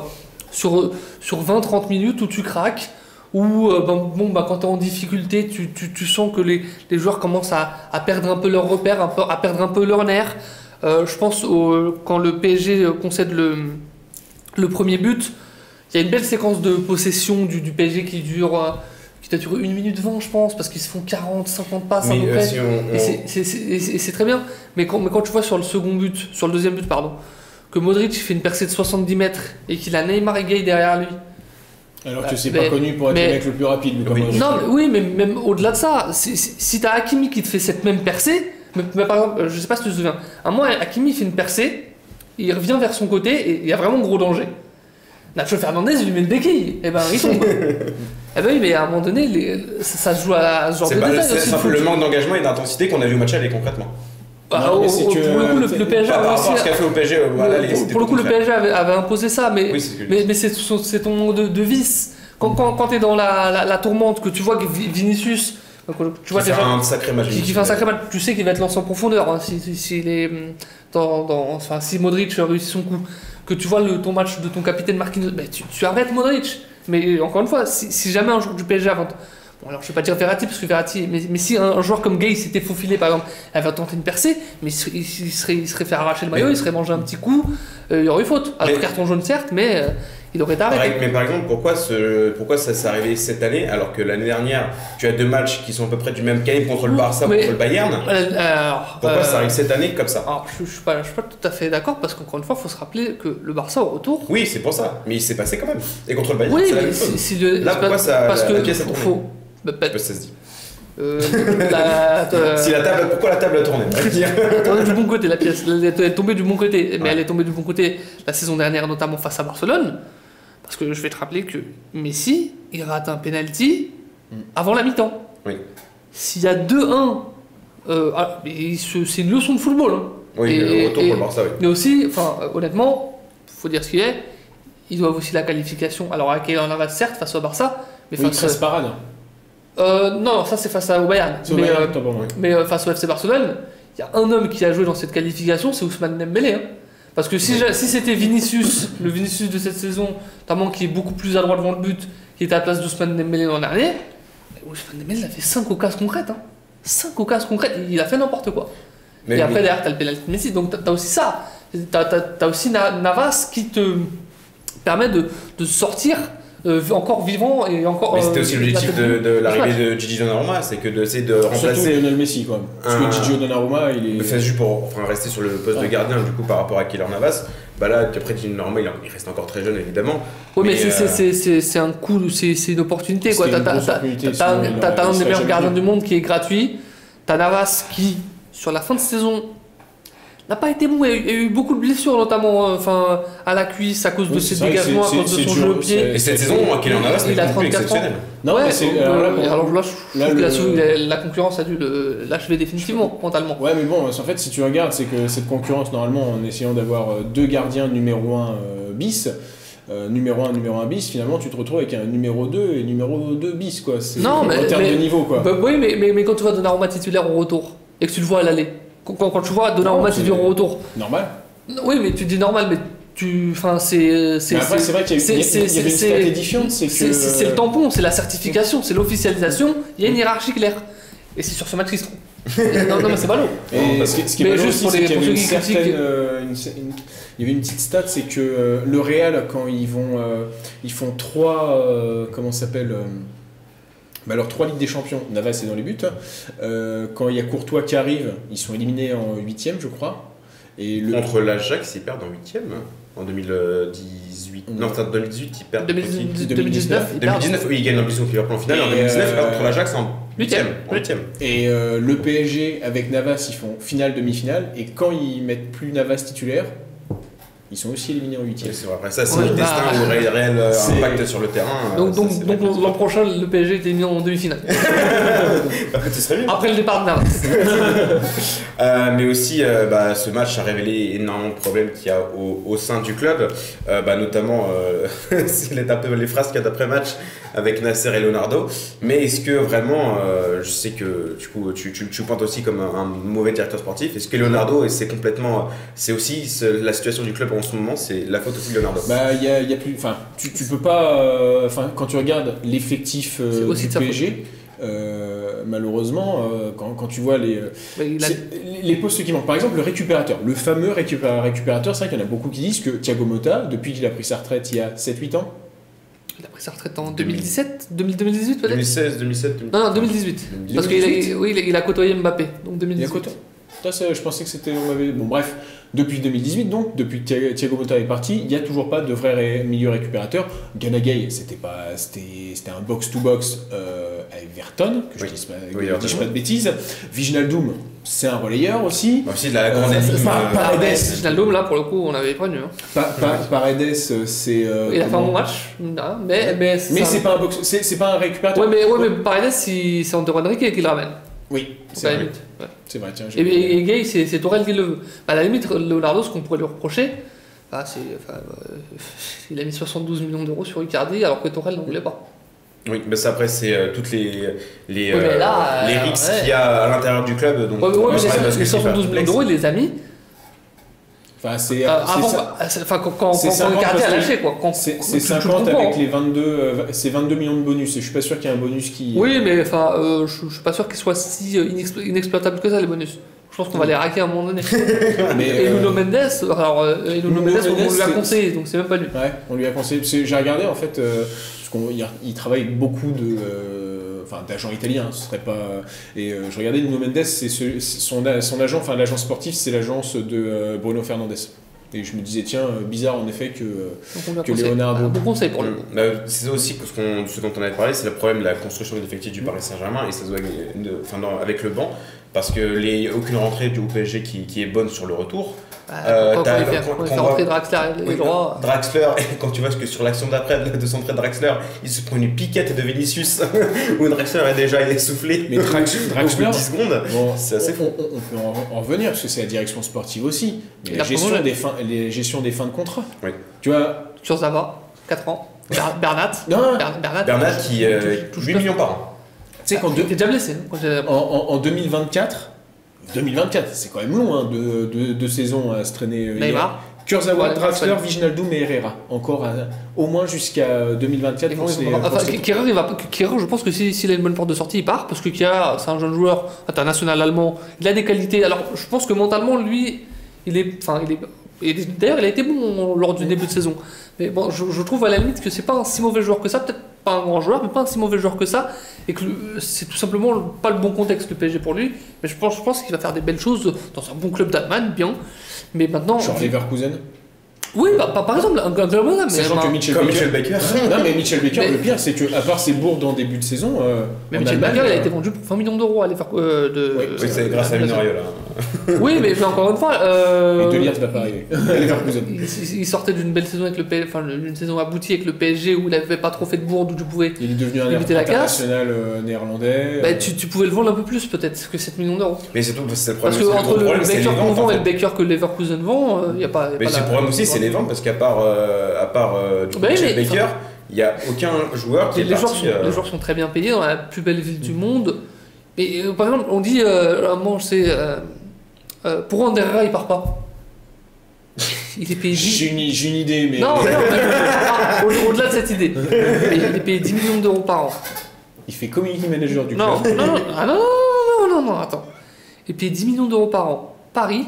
20-30 minutes où tu craques, où quand tu es en difficulté, tu sens que les joueurs commencent à perdre un peu leurs repères, à perdre un peu leur nerf. Je pense quand le PSG concède le premier but, il y a une belle séquence de possession du PSG qui dure. Qui a duré 1 minute 20, je pense, parce qu'ils se font 40-50 passes à peu près. Et c'est très bien. Mais quand tu vois sur le deuxième but, que Modric fait une percée de 70 mètres et qu'il a Neymar et Gay derrière lui. Alors que c'est pas connu pour être le mec le plus rapide. Mais même au-delà de ça, si t'as Hakimi qui te fait cette même percée, mais par exemple, je sais pas si tu te souviens, à un moment, Hakimi fait une percée, il revient vers son côté et il y a vraiment gros danger. Nacho Fernandez, il lui met une béquille, et il tombe. Oui, mais à un moment donné, ça se joue à ce genre de détail. C'est un peu le manque d'engagement et d'intensité qu'on a vu au match aller concrètement. Pour le coup, le PSG par rapport à ce qu'a fait au PSG, pour le coup, le PSG avait imposé ça, mais c'est ton manque de vice. Quand t'es dans la tourmente, que tu vois que Vinicius, tu vois qui fait un sacré match, tu sais qu'il va être lancé en profondeur. Hein, si Modric réussit son coup, que tu vois ton match de ton capitaine Marquinhos, tu arrêtes Modric. Mais encore une fois, si jamais un joueur du PSG avant. Bon, alors je vais pas dire Verratti parce que Verratti. Mais si un joueur comme Gay s'était faufilé par exemple, elle va tenter une percée, mais il serait fait arracher le maillot, il serait mangé un petit coup, il y aurait eu faute. Alors carton jaune certes, mais il aurait été arrêté. Mais par exemple, pourquoi ça s'est arrivé cette année alors que l'année dernière, tu as 2 matchs qui sont à peu près du même calibre contre le Barça, contre le Bayern. Pourquoi ça arrive cette année comme ça? Alors je suis pas tout à fait d'accord parce qu'encore une fois, il faut se rappeler que le Barça au retour. Oui, c'est pour ça. Mais il s'est passé quand même. Et contre le Bayern, oui, c'est la même chose. Là, pourquoi la pièce a tourné? Ça se dit. Pourquoi la table a tourné? Elle tournait du bon côté, la pièce. Elle est tombée du bon côté. Mais elle est tombée du bon côté la saison dernière, notamment face à Barcelone. Parce que je vais te rappeler que Messi, il rate un penalty avant la mi-temps. Oui. S'il y a 2-1, c'est une leçon de football. Hein. Oui, le retour pour le Barça, oui. Mais aussi, honnêtement, faut dire ce qu'il est, ils doivent aussi la qualification. Alors, à qui en avance certes face au Barça, mais face 13 parades. Non, ça c'est face au Bayern. Mais face au FC Barcelone, il y a un homme qui a joué dans cette qualification, c'est Ousmane Dembélé. Hein. Parce que si c'était Vinicius, le Vinicius de cette saison, notamment qui est beaucoup plus à droite devant le but, qui était à la place d'Ousmane Dembélé l'an dernier, Ousmane Dembélé il a fait 5 occasions concrètes. 5 occasions concrètes, il a fait n'importe quoi. Et après derrière t'as le pénalty de Messi, donc t'as aussi ça. T'as aussi Navas qui te permet de sortir encore vivant et encore. Mais c'était aussi l'objectif de l'arrivée de Gigi Donnarumma, c'est que d'essayer de remplacer. Surtout Lionel Messi, quoi. Parce que Gigi Donnarumma, il est. C'est juste pour rester sur le poste de gardien, du coup, par rapport à Keylor Navas. Là, après Gigi Donnarumma, il reste encore très jeune, évidemment. Oui, mais c'est un coup, c'est une opportunité, quoi. T'as un des meilleurs gardiens du monde qui est gratuit. T'as Navas qui, sur la fin de saison, n'a pas été bon. Il y a eu beaucoup de blessures, notamment à la cuisse à cause de ses dégagements, à cause de son jeu au pied. Et cette saison, Keylor Navas n'est pas exceptionnel. Non, ouais, alors là, je trouve que la concurrence a dû l'achever définitivement, mentalement. Ouais, mais bon, en fait, si tu regardes, c'est que cette concurrence, normalement, en essayant d'avoir 2 gardiens numéro 1 bis, numéro 1 bis, finalement, tu te retrouves avec un numéro 2 et numéro 2 bis, quoi. Non, mais, en termes de niveau, quoi. Oui, mais quand tu vois Donnarumma titulaire au retour, et que tu le vois à l'aller, quand tu vois Donnarumma titulaire au retour... Normal. Oui, mais tu dis normal, mais... Après, c'est vrai qu'il y avait une stat édifiante, c'est le tampon, c'est la certification, c'est l'officialisation, il y a une hiérarchie claire. Et c'est sur ce match qu'ils se trompent. Non, mais c'est ballot. Et ce qui est ballot aussi, c'est qu'il y avait une certaine... Il y avait une petite stat, c'est que le Real, quand ils font 3... comment ça s'appelle alors 3 Ligues des Champions, Navas est dans les buts. Quand il y a Courtois qui arrive, ils sont éliminés en 8ème, je crois. Et contre l'Ajax, ils perdent en 8ème en 2018. Non, c'est en 2018 ils perdent. 2019, oui, ils gagnent en plus contre Liverpool en finale. En 2019, contre l'Ajax en 8ème. Et le PSG avec Navas, ils font finale, demi-finale. Et quand ils mettent plus Navas titulaire, ils sont aussi éliminés en 8ème. C'est vrai, après ça, c'est le destin ou le réel impact sur le terrain. Donc l'an prochain, le PSG est éliminé en demi-finale. Après le départ de Navas. Mais aussi, ce match a révélé énormément de problèmes qu'il y a au sein du club, notamment les phrases qu'il y a d'après-match avec Nasser et Leonardo. Mais est-ce que vraiment, je sais que du coup, tu pointes aussi comme un mauvais directeur sportif, est-ce que Leonardo, c'est aussi la situation du club en ce moment, c'est la faute aussi de Leonardo? Y a plus, tu peux pas, quand tu regardes l'effectif du PSG, malheureusement, quand tu vois les postes qui manquent, par exemple le récupérateur, le fameux récupérateur, c'est vrai qu'il y en a beaucoup qui disent que Thiago Motta, depuis qu'il a pris sa retraite il y a 7-8 ans, il a pris sa retraite en 2017, 2018 peut-être 2016, 2017. Non, 2018. Parce qu'il a côtoyé Mbappé, donc 2018. Je pensais que c'était... Bon bref, depuis 2018 donc, depuis que Thiago Motta est parti, il n'y a toujours pas de vrai milieu récupérateur. Gana Gueye, c'était un box-to-box à Everton, que je ne dis pas de bêtises. Viginaldoum, c'est un relayeur aussi. Aussi de la grande Paredes. Viginaldoum, là pour le coup, on l'avait prévenu. Paredes, c'est... il a fait un bon match, mais c'est pas un box, c'est pas un récupérateur. Ouais, mais Paredes, c'est Antoine Henrique qui le ramène. Oui, c'est vrai. C'est vrai, tiens. Et Gay, c'est Tourelle qui le veut. À la limite, Leonardo, ce qu'on pourrait lui reprocher, il a mis 72 millions d'euros sur Icardi alors que Tourelle n'en voulait pas. Oui, mais ça après c'est toutes les risques qu'il y a à l'intérieur du club. Donc, les 72 millions d'euros, il les a mis. Quand Icardi a lâché quoi. C'est 50 avec les 22 millions de bonus et je suis pas sûr qu'il y ait un bonus qui... Oui mais je suis pas sûr qu'ils soient si inexploitables que ça les bonus. Je pense qu'on va les raquer à un moment donné. Et Nuno Mendes, on lui a conseillé donc c'est même pas lui. Ouais, on lui a conseillé. J'ai regardé en fait, parce qu'il travaille avec beaucoup d'agents italiens, ce serait pas... Et je regardais Nuno Mendes, c'est son agent, l'agent sportif, c'est l'agence de Bruno Fernandes. Et je me disais, tiens, bizarre en effet que Leonardo... Un bon conseil pour lui. C'est aussi ce dont on avait parlé, c'est le problème de la construction de l'effectif du Paris Saint-Germain, et ça se voit avec le banc, parce que aucune rentrée du PSG qui est bonne sur le retour. Quand il fait rentrer Draxler et les droits. Draxler, quand tu vois que sur l'action d'après de son trait de Draxler, il se prend une piquette de Vinicius où Draxler est déjà essoufflé. Mais Draxler, 10 secondes, c'est assez fou. On peut en revenir parce que c'est la direction sportive aussi. Mais la gestion des fins de contrat. Oui. Tu vois. Kurzawa, 4 ans. Bernat. Bernat qui touche 8 millions par an. Tu sais, il était déjà blessé. En 2024, c'est quand même long hein, de saison à se traîner. Neymar. Kurzawa, Draxler, Wijnaldum et Herrera. Encore au moins jusqu'à 2024. Kehrer, je pense que s'il a une bonne porte de sortie, il part. Parce que Kehrer, c'est un jeune joueur international allemand. Il a des qualités. Alors, je pense que mentalement, lui, d'ailleurs, il a été bon lors du début de saison. Mais bon, je trouve à la limite que c'est pas un si mauvais joueur que ça. Peut-être pas un grand joueur, mais pas un si mauvais joueur que ça. Et que c'est tout simplement pas le bon contexte, le PSG pour lui. Mais je pense qu'il va faire des belles choses dans un bon club d'Allemagne, bien. Mais maintenant. Genre Leverkusen. Oui, par exemple, un club d'Allemagne. Sachant que Mitchell Baker. Non, mais Mitchell Baker, le pire, c'est qu'à part ses bourdes en début de saison. Mais Mitchell Baker, il a été vendu pour 20 millions d'euros à Leverkusen. Oui, c'est grâce à Mino Raiola. Oui, mais encore une fois. Et De Ligt va pas arriver. Leverkusen. Il sortait d'une belle saison avec le PSG, enfin une saison aboutie avec le PSG où il avait pas trop fait de bourde, où tu pouvais. Il est devenu un international néerlandais. Tu pouvais le vendre un peu plus peut-être que 7 millions d'euros. Mais c'est tout, c'est le parce problème. Parce que entre le Baker qu'on vend et le Baker que Leverkusen vend, il n'y a pas. Mais c'est le problème aussi, c'est les ventes, parce qu'à part Baker, il n'y a aucun joueur qui est parti. Les joueurs sont très bien payés dans la plus belle ville du monde. Et par exemple, on dit, pour Anderra, il part pas. Il est payé 10... J'ai une idée, mais... Non, au-delà de cette idée. Il est payé 10 millions d'euros par an. Il fait community manager du club. Non, attends. Il est payé 10 millions d'euros par an. Paris...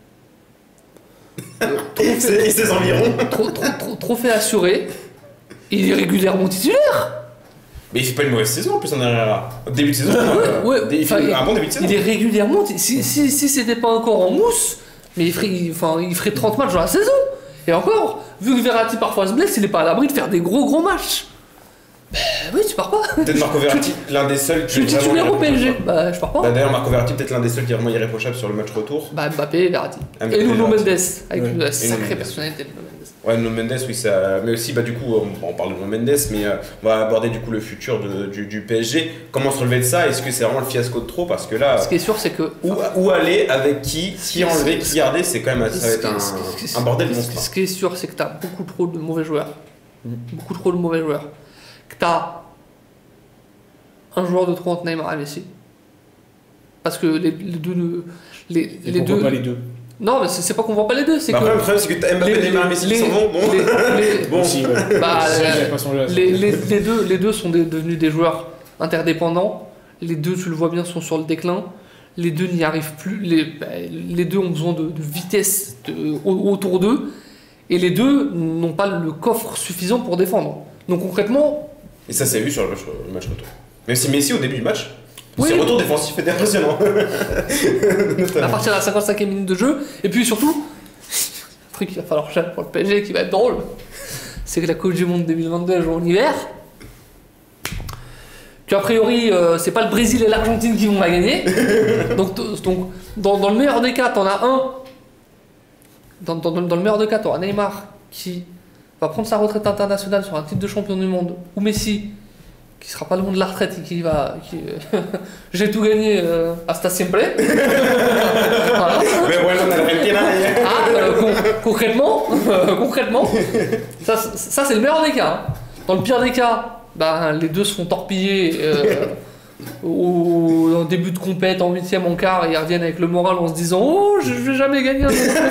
et ses environs. Trophée assuré. Il est régulièrement titulaire. Mais il fait pas une mauvaise saison en plus en arrière. Début de saison. Il fait un bon début de saison. Il est régulièrement. Si c'était pas encore en mousse, mais il ferait 30 matchs dans la saison. Et encore, vu que Verratti parfois se blesse, il est pas à l'abri de faire des gros matchs. Ben oui, tu pars pas. Peut-être Marco Verratti, l'un des seuls qui est vraiment titulaire au PSG. Bah je pars pas. D'ailleurs, Marco Verratti, peut-être l'un des seuls qui est vraiment irréprochable sur le match retour. Bah Mbappé et Verratti. Et Nuno Mendes, avec une sacrée personnalité. Ouais, Nuno Mendes, oui, ça. Mais aussi, du coup, on parle de Nuno Mendes, mais on va aborder du coup le futur du PSG. Comment se relever de ça? Est-ce que c'est vraiment le fiasco de trop? Parce que là. Ce qui est sûr, c'est que. Où aller, avec qui enlever, qui garder, c'est quand même. Ça va être un bordel monstre. Ce qui est sûr, c'est que t'as beaucoup trop de mauvais joueurs. Beaucoup trop de mauvais joueurs. Que t'as un joueur de trop entre Neymar et Messi. Parce que les deux. Les deux. Pas les deux. Non, mais c'est pas qu'on voit pas les deux, c'est que. Le problème, c'est que t'as Mbappé, Neymar et Messi qui sont bons. Les deux sont devenus des joueurs interdépendants. Les deux, tu le vois bien, sont sur le déclin. Les deux n'y arrivent plus. Les deux ont besoin de vitesse autour d'eux. Et les deux n'ont pas le coffre suffisant pour défendre. Donc concrètement. Et ça s'est vu sur le match retour. Même si Messi, au début du match, ses retours défensifs étaient impressionnants. À partir de la 55e minute de jeu. Et puis surtout, le truc qu'il va falloir faire pour le PSG qui va être drôle, c'est que la Coupe du Monde 2022 joue en hiver. Qu'a priori, c'est pas le Brésil et l'Argentine qui vont la gagner. Donc dans le meilleur des cas, t'en as un. Dans le meilleur des cas, t'auras Neymar qui va prendre sa retraite internationale sur un titre de champion du monde, ou Messi qui sera pas loin de la retraite et qui j'ai tout gagné hasta siempre. Voilà. Mais bueno, concrètement, ça c'est le meilleur des cas. Dans le pire des cas, les deux se font torpiller au début de compète, en 8ème, en quart, et ils reviennent avec le moral en se disant oh je vais jamais gagner un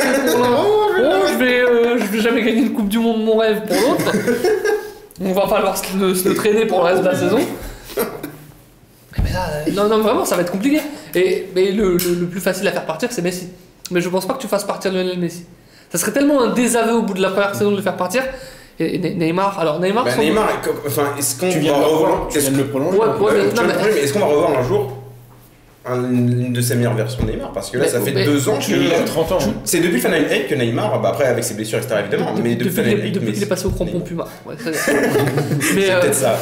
je vais jamais gagner une Coupe du Monde de mon rêve pour l'autre. On va falloir se le traîner pour le reste de la saison. Mais là, non, vraiment, ça va être compliqué. Mais le plus facile à faire partir, c'est Messi. Mais je pense pas que tu fasses partir Lionel Messi. Ça serait tellement un désaveu au bout de la première saison de le faire partir. Et Neymar, est-ce qu'on va revoir... Tu viens de le prolonger. Est-ce qu'on va revoir un jour une de ses meilleures versions de Neymar? Parce que là, ça fait 2 ans qu'il a 30 ans. C'est depuis Final 8 que Neymar, après avec ses blessures, etc. évidemment, mais depuis Final 8... Depuis qu'il est passé au crampon Puma. Ouais, c'est peut-être ça.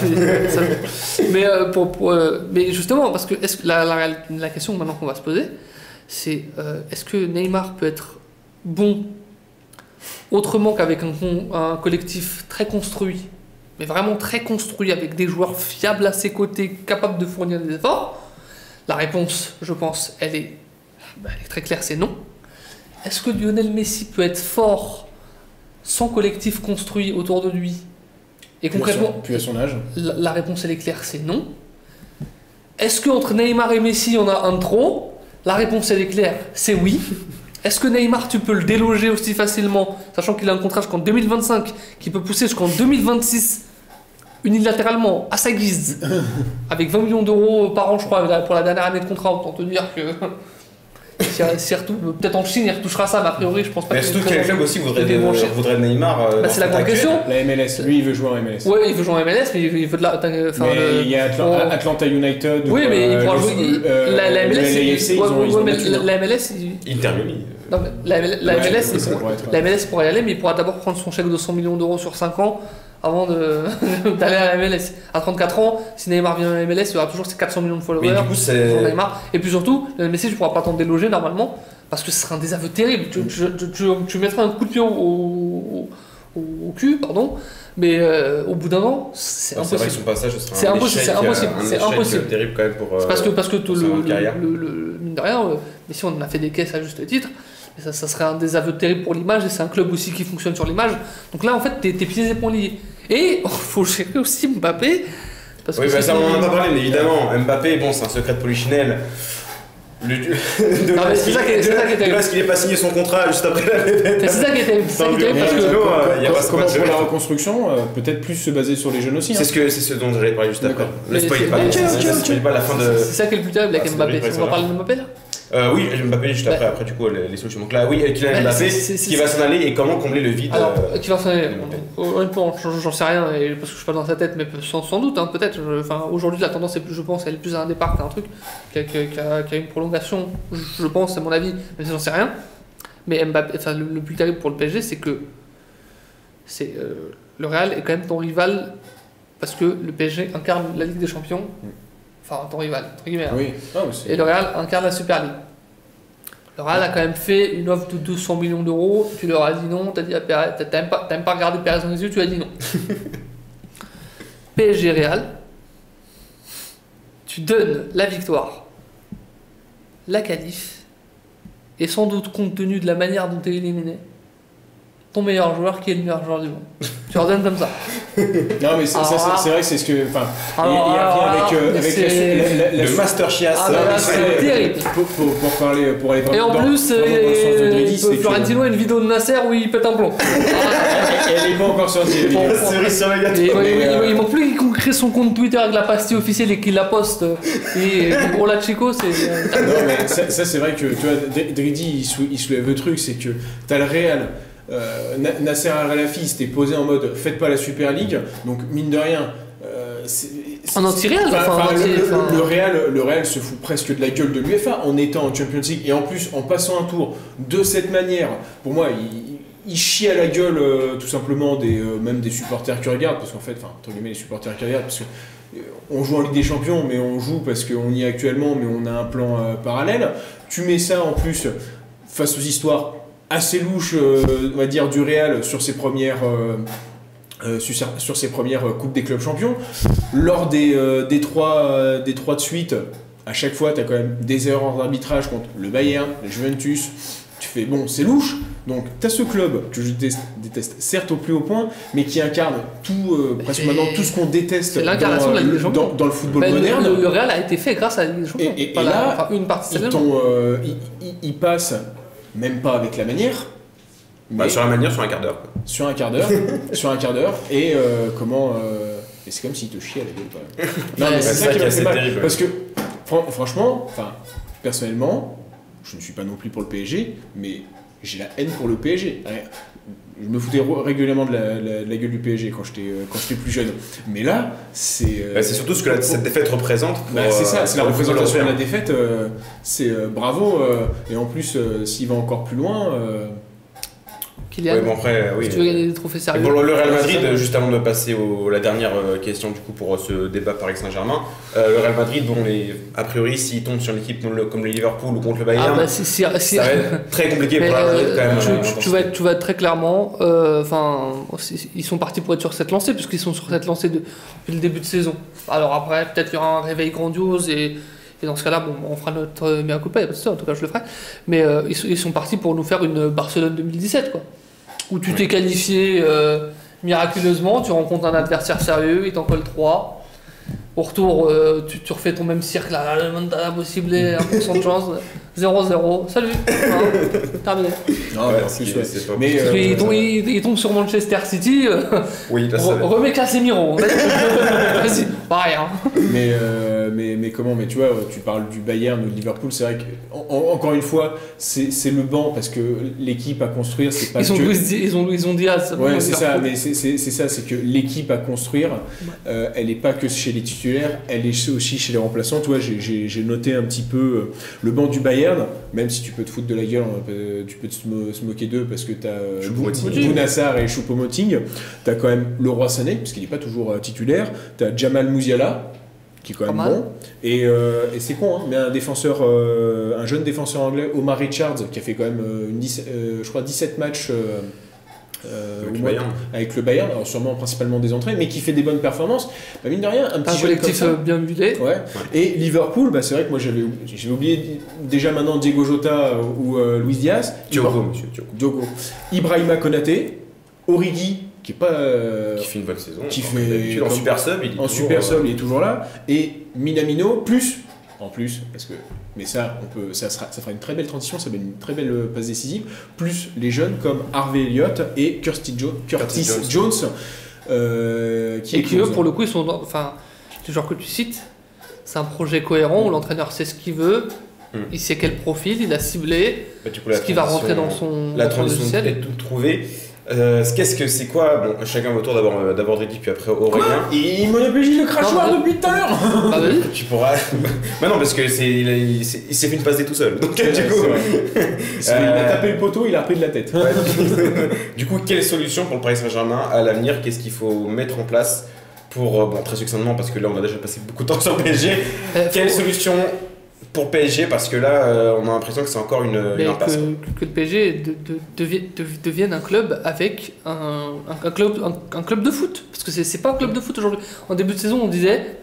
Mais justement, parce que la question maintenant qu'on va se poser, c'est est-ce que Neymar peut être bon autrement qu'avec un collectif très construit, mais vraiment très construit, avec des joueurs fiables à ses côtés, capables de fournir des efforts? La réponse, je pense, elle est très claire, c'est non. Est-ce que Lionel Messi peut être fort sans collectif construit autour de lui? Et concrètement, puis à son âge. La réponse, elle est claire, c'est non. Est-ce qu'entre Neymar et Messi, on a un de trop? La réponse, elle est claire, c'est oui. Est-ce que Neymar, tu peux le déloger aussi facilement, sachant qu'il a un contrat jusqu'en 2025, qui peut pousser jusqu'en 2026 unilatéralement, à sa guise, avec 20 millions d'euros par an, je crois, pour la dernière année de contrat, autant te dire que... peut-être en Chine, il retouchera ça, mais a priori, je pense pas. Mais surtout quel club aussi voudrait Neymar c'est la grande question. La MLS, lui, il veut jouer en MLS. Ouais, il veut jouer en MLS, mais il veut de la... il y a Atlanta United. Oui, mais il pourra jouer... La MLS, la MLS... Inter Miami. Non, mais la MLS pourrait y aller, mais il pourra d'abord prendre son chèque de 100 millions d'euros sur 5 ans, avant d'aller à la MLS. À 34 ans, si Neymar vient à la MLS, il y aura toujours ses 400 millions de followers. Mais du coup, c'est. Neymar. Et puis surtout, Messi, tu pourras pas t'en déloger normalement, parce que ce serait un désaveu terrible. Tu mettrais un coup de pied au cul, pardon, mais au bout d'un an, c'est impossible. C'est vrai que son passage, ce sera c'est impossible, c'est impossible. Terrible quand même pour. Parce que tout carrière. mine de rien, mais si on en a fait des caisses à juste titre, et ça serait un désaveu terrible pour l'image, et c'est un club aussi qui fonctionne sur l'image. Donc là, en fait, tes pieds et poings liés. Et il faut gérer aussi Mbappé. Parce oui, que ça on en a pas parlé, mais évidemment, Mbappé, bon, c'est un secret de Polichinelle. C'est ça qui est terrible. Parce qu'il n'est pas signé son contrat juste après la défaite. C'est ça qui est terrible. Parce que comment pour la reconstruction, peut-être plus se baser sur les jeunes aussi. C'est ce dont j'allais parler juste après. Ne spoilez pas la fin de. C'est ça qui est le plus terrible avec Mbappé. On va parler de Mbappé là. Oui, Mbappé juste après du coup les solutions. Donc là, oui, Kylian Mbappé qui va s'en aller et comment combler le vide. Alors, qui va s'en aller. Honnêtement, j'en sais rien parce que je suis pas dans sa tête, mais sans doute, hein, peut-être. Enfin, aujourd'hui, la tendance est plus, je pense, elle est plus à un départ qu'à un truc qui a une prolongation. Je pense, c'est mon avis, mais j'en sais rien. Mais Mbappé, enfin, le plus terrible pour le PSG, c'est que le Real est quand même ton rival parce que le PSG incarne la Ligue des Champions. Enfin, ton rival, entre guillemets. Oui. Et le Real incarne la Super League. Le Real a quand même fait une offre de 200 millions d'euros. Tu leur as dit non, t'as dit à Perez, t'as même pas regardé Perez dans les yeux, tu as dit non. PSG Real, tu donnes la victoire, la qualif, et sans doute compte tenu de la manière dont tu es éliminé, ton meilleur joueur qui est le meilleur joueur du monde. Tu leur donnes comme ça. Non mais c'est vrai que c'est ce que... Enfin, avec le Master Chias. C'est terrible. Pour aller et en plus, Florentino a une vidéo de Nasser où il pète un plomb. Elle est pas encore sortie. Il manque plus qu'il crée son compte Twitter avec la pastille officielle et qu'il la poste. Et pour la Chico, c'est... Non mais ça c'est vrai que, tu vois, Dridi il soulève le truc, c'est que t'as le Real... Nasser Al-Khelaifi s'était posé en mode faites pas la Super League, donc mine de rien en anti-Real, le Real se fout presque de la gueule de l'UEFA en étant en Champions League et en plus en passant un tour de cette manière. Pour moi il chie à la gueule tout simplement même des supporters qui regardent, parce qu'en fait, enfin entre guillemets les supporters qui regardent, parce que on joue en Ligue des Champions, mais on joue parce qu'on y est actuellement, mais on a un plan parallèle. Tu mets ça en plus face aux histoires assez louche, on va dire, du Real sur ses premières coupes des clubs champions. Lors des trois de suite, à chaque fois, tu as quand même des erreurs d'arbitrage contre le Bayern, le Juventus. Tu fais, bon, c'est louche. Donc, tu as ce club que je déteste, certes au plus haut point, mais qui incarne presque maintenant tout ce qu'on déteste dans le football moderne. Le Real a été fait grâce à la Ligue des Champions. Et là, une partie ils passent... Même pas avec la manière. Sur la manière, sur un quart d'heure. Sur un quart d'heure. Et et c'est comme s'il te chiait à la gueule quand même. Non, mais c'est ça qui m'a fait mal. Terrible. Parce que, franchement, personnellement, je ne suis pas non plus pour le PSG, mais j'ai la haine pour le PSG. Je me foutais régulièrement de la gueule du PSG quand j'étais plus jeune. Mais là, c'est... c'est surtout ce que cette défaite représente. C'est ça, c'est la représentation de la défaite. C'est bravo. Et en plus, s'il va encore plus loin... Kylian, si tu veux gagner des trophées sérieux. Pour le Real Madrid, juste avant de passer à la dernière question du coup pour ce débat Paris Saint-Germain, le Real Madrid, a priori, s'il tombe sur une équipe comme le Liverpool ou contre le Bayern, ça va être très compliqué pour le Real Madrid quand même. Tu vas être très clairement, ils sont partis pour être sur cette lancée, puisqu'ils sont sur cette lancée depuis le début de saison. Alors après, peut-être qu'il y aura un réveil grandiose et dans ce cas-là, on fera notre mea culpa, en tout cas je le ferai. Mais ils sont partis pour nous faire une Barcelone 2017, quoi. Où tu t'es qualifié miraculeusement, tu rencontres un adversaire sérieux, il t'en colle 3. Au retour, tu refais ton même cirque, là, le monde impossible, 1% de chance, 0-0, salut, terminé. Non, c'est pas il tombe sur Manchester City, oui, remets Casemiro, vas-y, pareil. Hein. mais tu vois, tu parles du Bayern ou de Liverpool, c'est vrai que encore une fois, c'est le banc parce que l'équipe à construire, c'est pas ils ont Diaz. Ouais, c'est ça, mais c'est ça, c'est que l'équipe à construire, elle est pas que chez les titulaires, elle est aussi chez les remplaçants. Tu vois, j'ai noté un petit peu le banc du Bayern, même si tu peux te foutre de la gueule, tu peux se moquer d'eux parce que t'as Bounassar et Choupo-Moting, t'as quand même Leroy Sané, parce qu'il est pas toujours titulaire, t'as Jamal Musiala, qui est quand même bon, et c'est con, hein, mais un jeune défenseur anglais, Omar Richards, qui a fait quand même je crois 17 matchs avec le Bayern, alors sûrement principalement des entrées, mais qui fait des bonnes performances. Bah, mine de rien, un petit collectif bien muté. Ouais. Et Liverpool, bah, c'est vrai que moi j'avais oublié déjà maintenant Diego Jota ou Luis Diaz. Diogo. Ibrahima Konaté, Origi, qui est pas qui fait une bonne saison, en super sub, il est toujours là, et Minamino en plus parce que mais ça fera une très belle transition, ça va être une très belle passe décisive, plus les jeunes comme Harvey Elliott et Curtis Jones qui eux pour le coup ils sont le genre que tu cites, c'est un projet cohérent où l'entraîneur sait ce qu'il veut. Il sait quel profil, il a ciblé, ce qui va rentrer dans son transition est toute trouvée. Qu'est-ce que c'est quoi? Bon, chacun votre tour, d'abord Dridi puis après Aurélien. Il monopolise le crachoir depuis tout à l'heure. Bah vas-y. Tu pourras. Bah non, parce que il s'est fait une passe D tout seul. Donc du coup, il a tapé le poteau, il a repris de la tête. Ouais, du coup, quelle solution pour le Paris Saint-Germain à l'avenir? Qu'est-ce qu'il faut mettre en place pour très succinctement, parce que là on a déjà passé beaucoup de temps sur PSG. Quelle solution pour PSG, parce que là, on a l'impression que c'est encore une impasse. Que le PSG devienne un club avec un club de foot. Parce que c'est pas un club de foot aujourd'hui. En début de saison, on disait,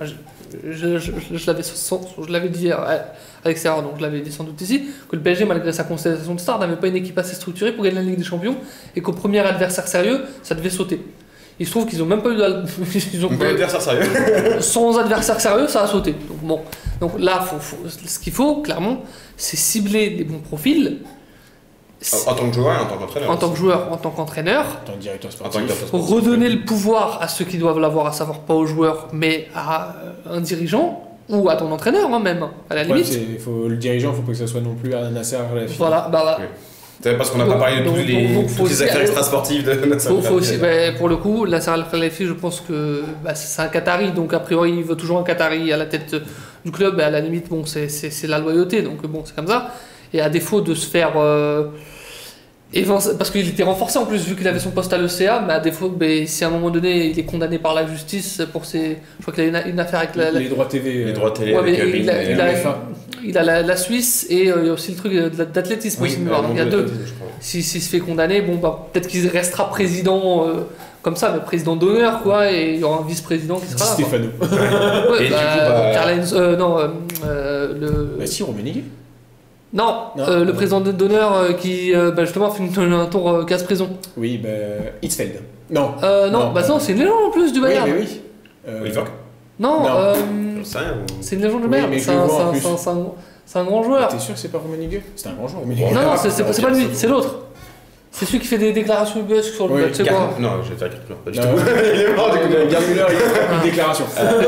je l'avais dit à l'extérieur, donc je l'avais dit sans doute ici, que le PSG, malgré sa constellation de stars, n'avait pas une équipe assez structurée pour gagner la Ligue des Champions, et qu'au premier adversaire sérieux, ça devait sauter. Il se trouve qu'ils n'ont même pas eu adversaire sérieux. Sans adversaire sérieux, ça a sauté. Donc bon. Donc là, ce qu'il faut, clairement, c'est cibler les bons profils. En tant que joueur et en tant qu'entraîneur. En tant que joueur, en tant qu'entraîneur. En tant que directeur sportif. Redonner le pouvoir à ceux qui doivent l'avoir, à savoir pas aux joueurs, mais à un dirigeant ou à ton entraîneur, même, à la limite. Le dirigeant, il ne faut pas que ça soit non plus un Nasser à la fin. Voilà, oui. C'est parce qu'on n'a pas parlé de toutes les affaires extrasportives de Nasser. Pour le coup, Nasser Al-Khelaifi, je pense que c'est un Qatari, donc a priori il veut toujours un Qatari à la tête du club, et à la limite bon, c'est la loyauté, donc bon, c'est comme ça. Et à défaut de se faire parce qu'il était renforcé en plus vu qu'il avait son poste à l'ECA, mais à défaut, si à un moment donné il est condamné par la justice pour je crois qu'il a une affaire avec les droits TV. Les droits télé. Ouais, il a la Suisse et il y a aussi le truc d'athlétisme aussi. Donc il y a deux. S'il se fait condamner, peut-être qu'il restera président comme ça, mais président d'honneur quoi, et il y aura un vice-président qui sera là. Stéphano. Si, Rummenigge. Non, le président d'honneur qui justement fait un tour casse-prison. Oui, Hitzfeld. Non. Non, c'est une légende en plus du Bayern. Oui, mais oui. Non, c'est une légende du Bayern. C'est un grand joueur. T'es sûr que c'est pas Rummenigge? C'est un grand joueur. Non, c'est pas lui, c'est l'autre. C'est celui qui fait des déclarations UBS sur le tu sais quoi. Non, j'ai fait pas du tout. Il est mort du coup. Gerd Müller, il a fait une déclaration.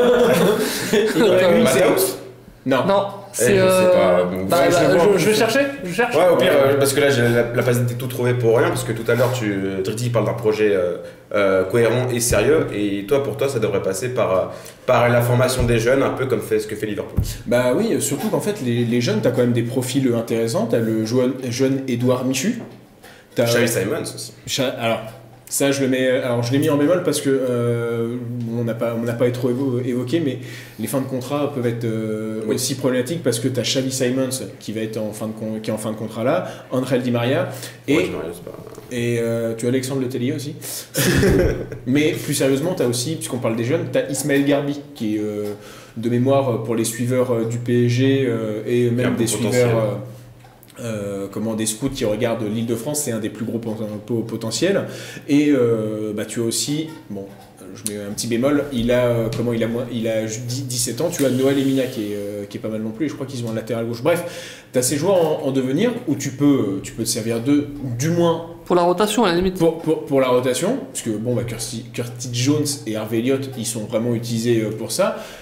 Non. C'est je vais chercher. Ouais, au pire, parce que là j'ai la passe était tout trouvée pour rien, parce que tout à l'heure Dridi parle d'un projet cohérent et sérieux, et pour toi ça devrait passer par la formation des jeunes, un peu comme ce que fait Liverpool. Bah oui, surtout qu'en fait les jeunes, t'as quand même des profils intéressants. T'as le jeune Edouard Michu, Xavi Simons aussi. Alors ça je l'ai mis en bémol parce que on n'a pas trop évoqué, mais les fins de contrat peuvent être aussi problématiques, parce que tu as Xavi Simons qui est en fin de contrat là, André Di Maria et tu as Alexandre Letellier aussi. Mais plus sérieusement, tu as aussi, puisqu'on parle des jeunes, tu as Ismaël Garbi qui est de mémoire pour les suiveurs du PSG et même des suiveurs des scouts qui regardent l'Île-de-France, c'est un des plus gros potentiels. Et tu as aussi, je mets un petit bémol, il a 17 ans, tu as Noël Emina qui est pas mal non plus, et je crois qu'ils ont un latéral gauche. Bref, tu as ces joueurs en devenir où tu peux te servir d'eux, du moins pour la rotation à la limite. Pour la rotation, parce que Curtis Jones et Harvey Elliott, ils sont vraiment utilisés pour ça.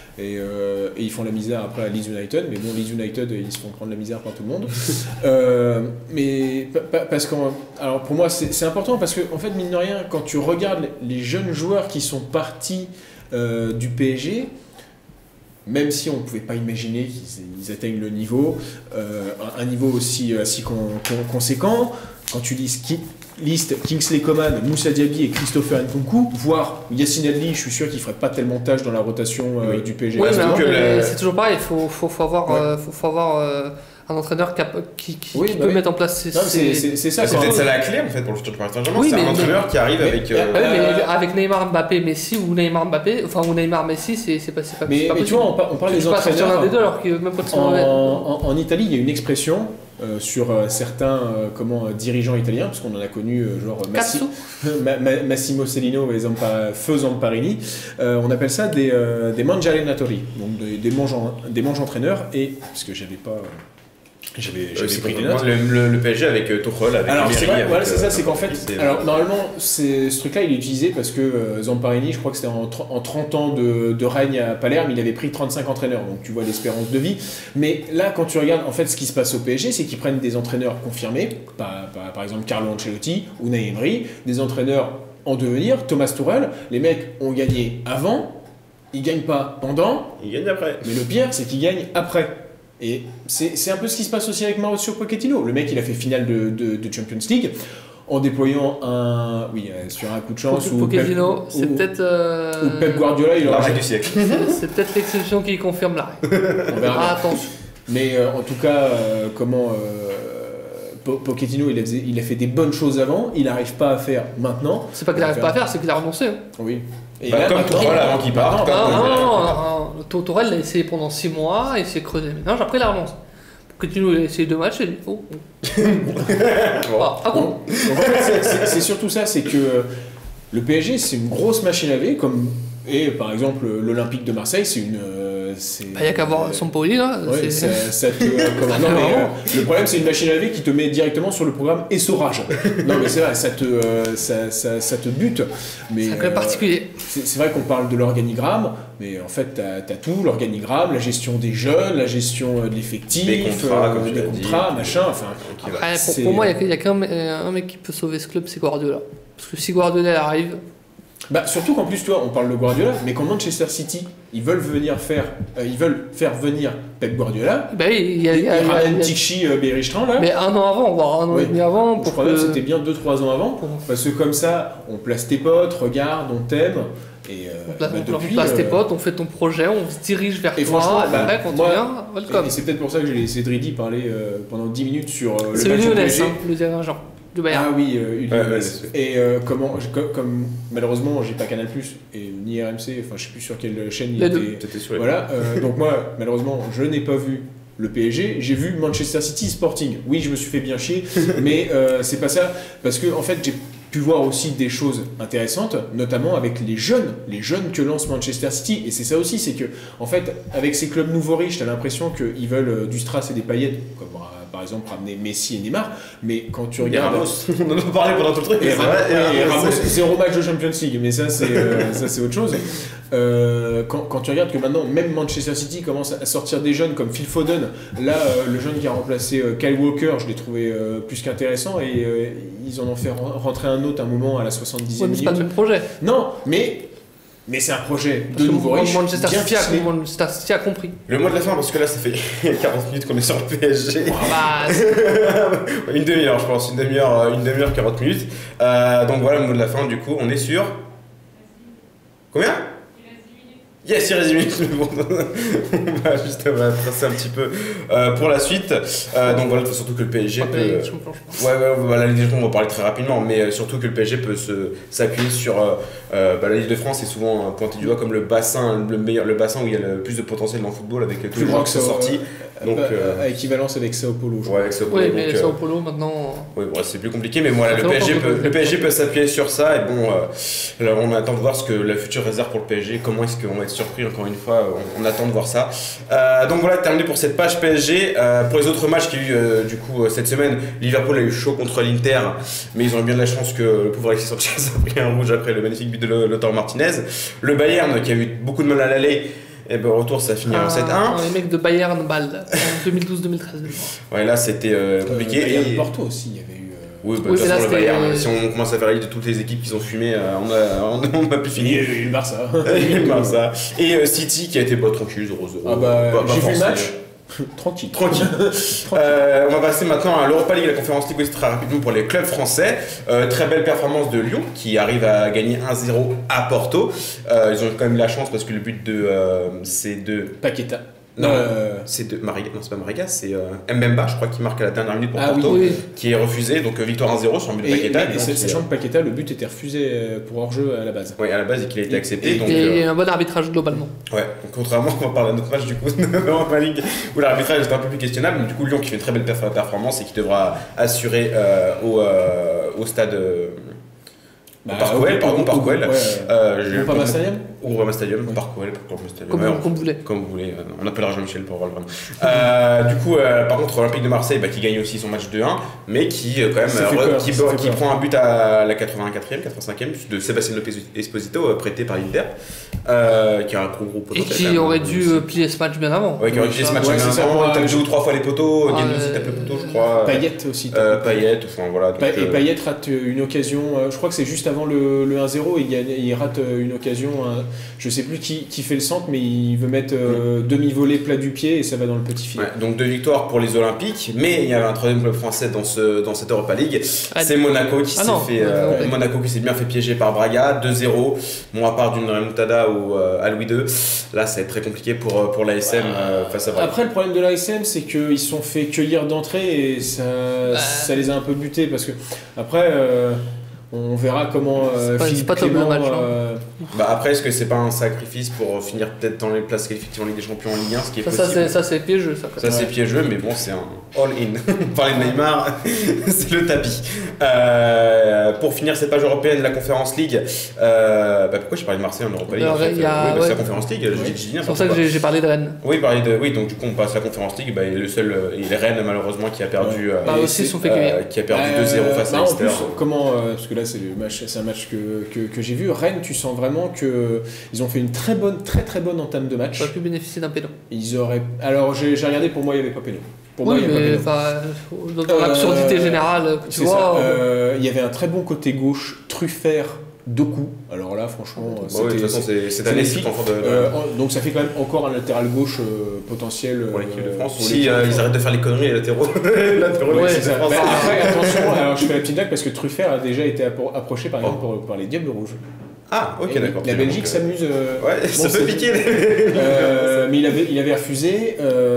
Et ils font la misère après à Leeds United, mais bon, Leeds United, ils se font prendre la misère par tout le monde. Mais parce que, alors pour moi, c'est important parce que, en fait, mine de rien, quand tu regardes les jeunes joueurs qui sont partis du PSG, même si on ne pouvait pas imaginer qu'ils atteignent le niveau, un niveau aussi conséquent, quand tu listes Kingsley Coman, Moussa Diaby et Christopher Nkunku, voire Yacine Adli, je suis sûr qu'il ne ferait pas tellement de tâches dans la rotation du PSG. Oui, mais c'est toujours pareil, il faut avoir un entraîneur qui peut mettre en place c'est ça. C'est peut-être ça la clé en fait pour le futur du Paris Saint-Germain. Oui, c'est un entraîneur qui arrive avec. mais avec Neymar, Mbappé, Messi ou Neymar, Mbappé, enfin ou Neymar, Messi, c'est pas possible. Mais tu vois, on parle des entraîneurs. L'un des deux alors que même quand ils sont en Italie, il y a une expression sur certains dirigeants italiens, parce qu'on en a connu genre Massimo Cellino et Feu Zamparini, on appelle ça des mangiarenatori, donc des mange-entraîneurs, et parce que j'avais pris des notes. Le PSG avec Tuchel, avec alors Emery, c'est vrai, voilà, c'est ça, c'est qu'en fait, alors normalement ce truc-là il est utilisé parce que Zamparini, je crois que c'était en 30 ans de règne à Palerme, il avait pris 35 entraîneurs, donc tu vois l'espérance de vie. Mais là, quand tu regardes en fait ce qui se passe au PSG, c'est qu'ils prennent des entraîneurs confirmés, par exemple Carlo Ancelotti ou Unai Emery, des entraîneurs en devenir, Thomas Tuchel, les mecs ont gagné avant, ils gagnent pas pendant, ils gagnent après. Mais le pire, c'est qu'ils gagnent après. Et c'est un peu ce qui se passe aussi avec Mauricio Pochettino. Le mec, il a fait finale de Champions League en déployant sur un coup de chance. Pochettino, c'est peut-être. Ou Pep Guardiola, il aura du siècle. C'est peut-être l'exception qui confirme l'arrêt. On verra. Attention. Mais en tout cas, Pochettino, il a fait des bonnes choses avant, il n'arrive pas à faire maintenant. C'est pas qu'il n'arrive pas à faire, c'est qu'il a renoncé. Oui. Et là, comme Tourelle avant qu'il parte. Non, Tourelle l'a essayé pendant 6 mois, il s'est creusé le ménage, après il a renoncé. Pochettino il a essayé 2 matchs et il dit oh. Donc en fait, c'est surtout ça, c'est que le PSG c'est une grosse machine à laver, et par exemple l'Olympique de Marseille c'est une. Il n'y a qu'à voir Sampoli là. Ouais, le problème c'est une machine à laver qui te met directement sur le programme essorage. Non mais c'est vrai, ça te bute. C'est quand même particulier. C'est vrai qu'on parle de l'organigramme, mais en fait t'as tout, l'organigramme, la gestion des jeunes, la gestion de l'effectif, des contrats, machin. Enfin, après, pour moi il n'y a qu'un mec qui peut sauver ce club, c'est Guardiola. Parce que si Guardiola arrive. Surtout qu'en plus, toi, on parle de Guardiola, mais quand Manchester City, ils veulent faire venir Pep Guardiola, il ramène Tichy Beristran là. Mais 1 an avant, voire 1 an et demi avant. Je crois même que c'était bien 2-3 ans avant, parce que comme ça, on place tes potes, regarde, on t'aime. On place tes potes, on fait ton projet, on se dirige vers toi, et après quand tu viens, welcome. Et c'est peut-être pour ça que j'ai laissé Dridi parler pendant 10 minutes sur le match. C'est Lyonnais, le dirigeant. Ah oui, et comme malheureusement j'ai pas Canal+, et ni RMC, enfin je sais plus sur quelle chaîne il était. Voilà, donc moi malheureusement je n'ai pas vu le PSG, j'ai vu Manchester City Sporting. Oui, je me suis fait bien chier, mais c'est pas ça, parce que en fait j'ai pu voir aussi des choses intéressantes, notamment avec les jeunes que lance Manchester City, et c'est ça aussi, c'est que en fait avec ces clubs nouveaux riches, t'as l'impression qu'ils veulent du strass et des paillettes, comme par exemple ramener Messi et Neymar, mais quand tu regardes Ramos, on en a parlé pendant tout le truc, et Ramos 0 match de Champions League, mais ça c'est autre chose. Quand tu regardes que maintenant même Manchester City commence à sortir des jeunes comme Phil Foden, là le jeune qui a remplacé Kyle Walker, je l'ai trouvé plus qu'intéressant, et ils en ont fait rentrer un autre un moment à la 70e minute. C'est pas le même projet. Non, mais c'est un projet de nouveau riche. Manchester City a compris. Le mot de la fin, parce que là ça fait 40 minutes qu'on est sur le PSG. Une demi-heure je pense, une demi-heure 40 minutes. Donc voilà le mot de la fin, du coup on est sur... Combien ? Yes, il reste 10 minutes, mais bon, on va juste tracer un petit peu pour la suite. Donc voilà, surtout que le PSG peut... la Ligue des Champions, on va parler très rapidement, mais surtout que le PSG peut s'appuyer sur... la Ligue de France est souvent pointé du doigt comme le bassin où il y a le plus de potentiel dans le football, avec tous les joueurs qui sont sortis. Donc, à équivalence avec Sao Paulo. Ouais, avec Sao Paulo. Oui, mais Sao Paulo maintenant. Oui, bon, c'est plus compliqué, mais voilà, le PSG peut s'appuyer sur ça. Et bon, alors on attend de voir ce que la future réserve pour le PSG. Comment est-ce qu'on va être surpris encore une fois, on attend de voir ça. Donc voilà, terminé pour cette page PSG. Pour les autres matchs qu'il y a eu du coup cette semaine, Liverpool a eu chaud contre l'Inter, mais ils ont eu bien de la chance que le pauvre Alexis Sanchez a pris un rouge après le magnifique but de Lautaro Martinez. Le Bayern qui a eu beaucoup de mal à l'aller Et ben retour, ça finit en 7-1. Les mecs de Bayern Bâle en 2012-2013. Ouais, là c'était compliqué. Et Porto aussi, il y avait eu. Oui, bah, de toute façon, le Bayern, si on commence à faire la liste de toutes les équipes qui ont fumé, on a pu finir. Et le Barça. Le Barça. Et City qui a été tranquille, 0-0. Ah bah, j'ai vu le match. Tranquille. On va passer maintenant à l'Europa League, la Conférence League aussi très rapidement pour les clubs français. Très belle performance de Lyon qui arrive à gagner 1-0 à Porto. Ils ont quand même la chance parce que le but c'est de Paqueta. Non, c'est de Mariga. Non, c'est pas Mariga, c'est Mbemba, je crois, qui marque à la dernière minute pour Porto, oui. qui est refusé. Donc victoire 1-0 sur un but de Paqueta. Sachant que Paqueta, le but était refusé pour hors-jeu à la base. Oui, à la base, et qu'il a été accepté. Donc, il y a un bon arbitrage globalement. Ouais, donc contrairement, on va parler d'un autre match du coup de l'Europa League où l'arbitrage était un peu plus questionnable. Mais du coup, Lyon qui fait une très belle performance et qui devra assurer au stade. Parc OL, pardon, Parc OL. Groupama Stadium Groupama Stadium, Parc OL, comme vous voulez. Comme vous voulez, on appellera Jean-Michel pour voir le vraiment. Du coup, par contre, Olympique de Marseille qui gagne aussi son match 2-1, mais qui quand même qui prend un but à la 84e, 85e de Sébastien Lopez Esposito, prêté par l'Inter, qui a un gros potentiel. Et qui aurait dû plier ce match bien avant. Ouais, qui aurait dû plier ce match bien avant, il tape 2 ou 3 fois les poteaux, Gendouzi aussi tape le poteau, je crois. Payet aussi. Payet, enfin voilà. Et Payet rate une occasion, je crois que c'est juste avant le 1-0, il rate une occasion, je sais plus qui fait le centre, mais il veut mettre demi-volée plat du pied et ça va dans le petit filet. Ouais, donc 2 victoires pour les Olympiques, mais il y avait un troisième club français dans cette Europa League, c'est Monaco qui Monaco qui s'est bien fait piéger par Braga, 2-0. Bon, à part d'une remontada à Louis II, là ça va être très compliqué pour l'ASM face à Braga. Après, le problème de l'ASM, c'est qu'ils se sont fait cueillir d'entrée et ça les a un peu butés parce que après. On verra comment Philippe Clément... match, après, est-ce que c'est pas un sacrifice pour finir peut-être dans les places qualificatives en Ligue des Champions en Ligue 1, ce qui est possible. Ça c'est piégeux. Ça c'est piégeux, mais bon, c'est un all-in. On parlait de Neymar, c'est le tapis. Pour finir cette page européenne de la Conférence League, pourquoi j'ai parlé de Marseille en Europa League c'est la Conférence League, c'est pour ça que j'ai parlé de Rennes. Oui, donc du coup on passe à la Conférence League, il est Rennes malheureusement qui a perdu qui a perdu 2-0 face à Leicester. Parce que là c'est un match que j'ai vu. Rennes, tu sens vraiment qu'ils ont fait une très très bonne entame de match. Ils auraient pu bénéficier d'un péno. Alors j'ai regardé, pour moi il n'y avait pas péno. Dans l'absurdité générale, tu vois. Il y avait un très bon côté gauche, Truffert, Doku. Alors là, franchement, de toute façon, cette année, c'est en donc ça fait quand même encore un latéral gauche potentiel pour l'équipe de France. Si ils arrêtent de faire les conneries, les latéraux. Après, attention, alors je fais la petite blague parce que Truffert a déjà été approché par exemple par les Diables Rouges. Ah, ok, d'accord. La Belgique s'amuse. Ouais, ça peut piquer. Mais il avait refusé.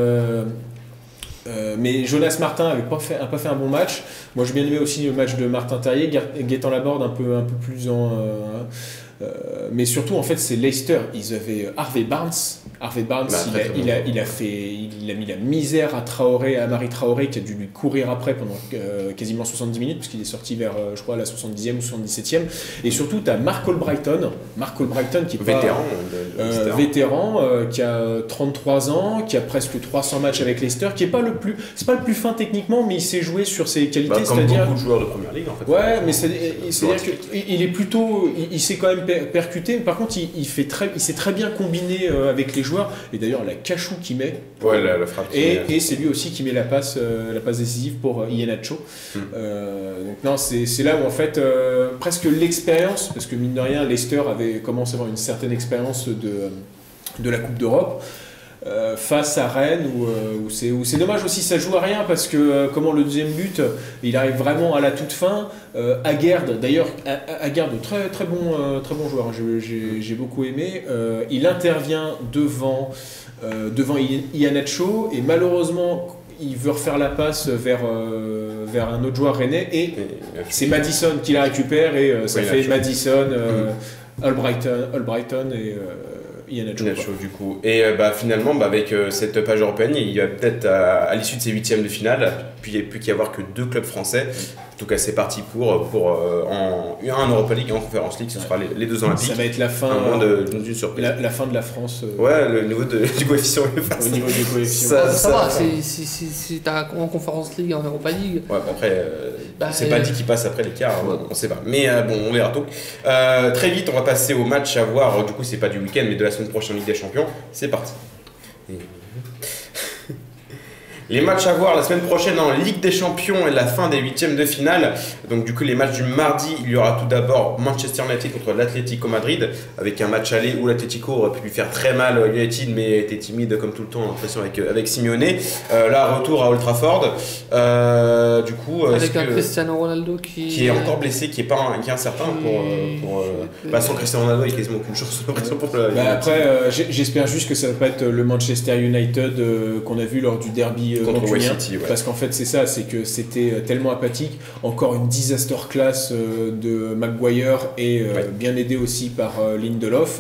Mais Jonas Martin avait pas fait un bon match. Moi j'ai bien aimé aussi le match de Martin Terrier, Gaëtan Laborde un peu plus mais surtout en fait c'est Leicester. Ils avaient Harvey Barnes, il a mis la misère à Amari Traoré qui a dû lui courir après pendant quasiment 70 minutes parce qu'il est sorti vers je crois la 70e ou 77e. Et surtout tu as Mark Albrighton qui est vétéran, qui a 33 ans, qui a presque 300 matchs avec Leicester, qui est pas le plus fin techniquement, mais il sait jouer sur ses qualités, comme beaucoup de joueurs de première ligue en fait. Ouais, mais c'est-à-dire qu'il est plutôt, il sait quand même percuter. Par contre, il sait très bien combiner avec les joueurs. Et d'ailleurs, la cachou qu'il met. Ouais, la frappe. Et c'est lui aussi qui met la passe décisive pour Iheanacho. Donc non, c'est là où en fait presque l'expérience, parce que mine de rien, Leicester avait commencé à avoir une certaine expérience de la Coupe d'Europe. Face à Rennes où c'est dommage aussi, ça joue à rien parce que le deuxième but il arrive vraiment à la toute fin. Aguerd, d'ailleurs très très bon joueur, j'ai beaucoup aimé, il intervient devant Iheanacho et malheureusement il veut refaire la passe vers un autre joueur rennais et c'est Madison qui la récupère et ça fait Madison, Albrighton et Iheanacho du coup. Et finalement, avec cette page européenne, il y a peut-être à l'issue de ces huitièmes de finale, puis il n'y a plus qu'à avoir que 2 clubs français. En tout cas, c'est parti pour en Europa League et en Conference League, ce sera les 2 Olympiques. Ça va être la fin, d'une surprise. La fin de la France. Ouais, le niveau du coefficient. Au niveau du coefficient. Ça va, si t'as en Conference League et en Europa League. Ouais, après, c'est pas dit qu'il passe après l'écart, on sait pas. Mais on verra tout. Très vite, on va passer au match à voir. Du coup, c'est pas du week-end, mais de la semaine prochaine en Ligue des Champions. C'est parti. Les matchs à voir la semaine prochaine en Ligue des Champions et la fin des huitièmes de finale. Donc du coup les matchs du mardi, il y aura tout d'abord Manchester United contre l'Atlético Madrid avec un match aller où l'Atlético aurait pu lui faire très mal United mais était timide comme tout le temps, l'impression avec Simeone. Là retour à Old Trafford. Du coup avec un Cristiano Ronaldo qui est encore blessé, qui est incertain sans Cristiano Ronaldo, il n'y a quasiment aucune chance pour le. Après j'espère juste que ça va pas être le Manchester United qu'on a vu lors du derby contre West City, parce qu'en fait c'est ça, c'est que c'était tellement apathique. Encore une disaster class de Maguire et bien aidé aussi par Lindelof.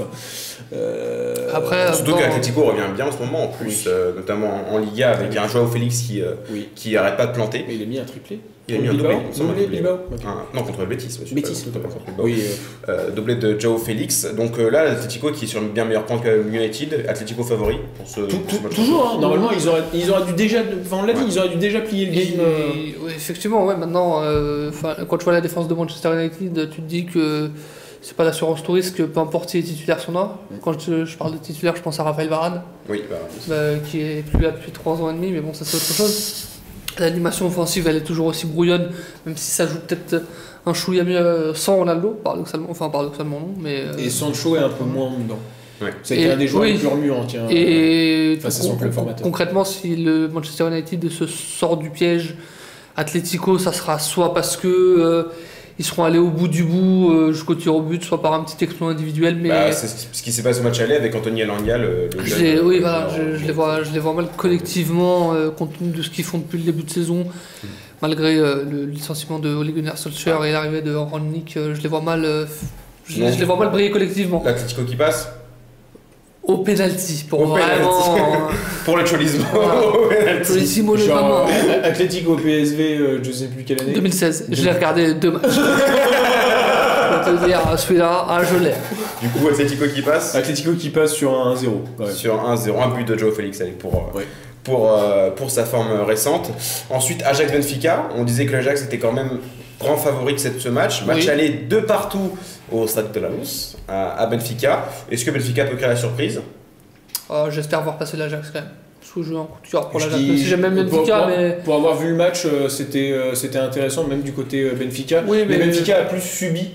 Après, surtout qu'Atlético revient bien en ce moment en plus, notamment en Liga avec un Joao Félix qui arrête pas de planter. Et il a mis un triplé. Il a mis un doublé. Non, contre le Betis. Betis. Doublé de Joao Félix. Donc là, l'Atlético qui est sur une bien meilleure pente que United. Atlético favori pour ce match. Toujours, normalement, ils auraient dû déjà. Enfin, on l'a dit, ils auraient dû déjà plier le game. Oui, effectivement, maintenant, quand tu vois la défense de Manchester United, tu te dis que c'est pas l'assurance tout risque, peu importe si les titulaires sont là. Quand je parle de titulaires, je pense à Raphaël Varane, qui est plus là depuis 3 ans et demi, mais bon, ça c'est autre chose. L'animation offensive, elle est toujours aussi brouillonne, même si ça joue peut-être un chouïa mieux sans Ronaldo, paradoxalement non, mais... Et Sancho est un peu moins dedans. C'est un des joueurs les plus remuants, face à son club formateur. Concrètement, si le Manchester United se sort du piège Atlético, ça sera soit parce que ils seront allés au bout du bout jusqu'au tir au but, soit par un petit exploit individuel. Mais c'est ce qui s'est passé au match aller avec Anthony Elanga. Je les vois mal collectivement, compte tenu de ce qu'ils font depuis le début de saison. Malgré le licenciement de Ole Gunnar Solskjaer et l'arrivée de Rangnick, je les vois mal briller collectivement. L'Atlético qui passe au penalty, pour le cholismo. Cholismo le vraiment. Atlético PSV, je sais plus quelle année. 2016. Je l'ai regardé 2 matchs. Je peux te dire, celui-là, je l'ai. Du coup, Atlético qui passe. Atlético qui passe sur un 1-0. Ouais. Sur un 1-0, un but de Joao Félix pour sa forme récente. Ensuite, Ajax-Benfica. On disait que l'Ajax était quand même grand favori de ce match. Match aller 2 partout au stade de la Mousse à Benfica. Est-ce que Benfica peut créer la surprise? J'espère voir passer l'Ajax quand même. Parce que je joue un coup de cœur pour l'Ajax. Même si j'aime même Benfica, mais... Pour avoir vu le match, c'était intéressant, même du côté Benfica. Oui, mais Benfica a plus subi.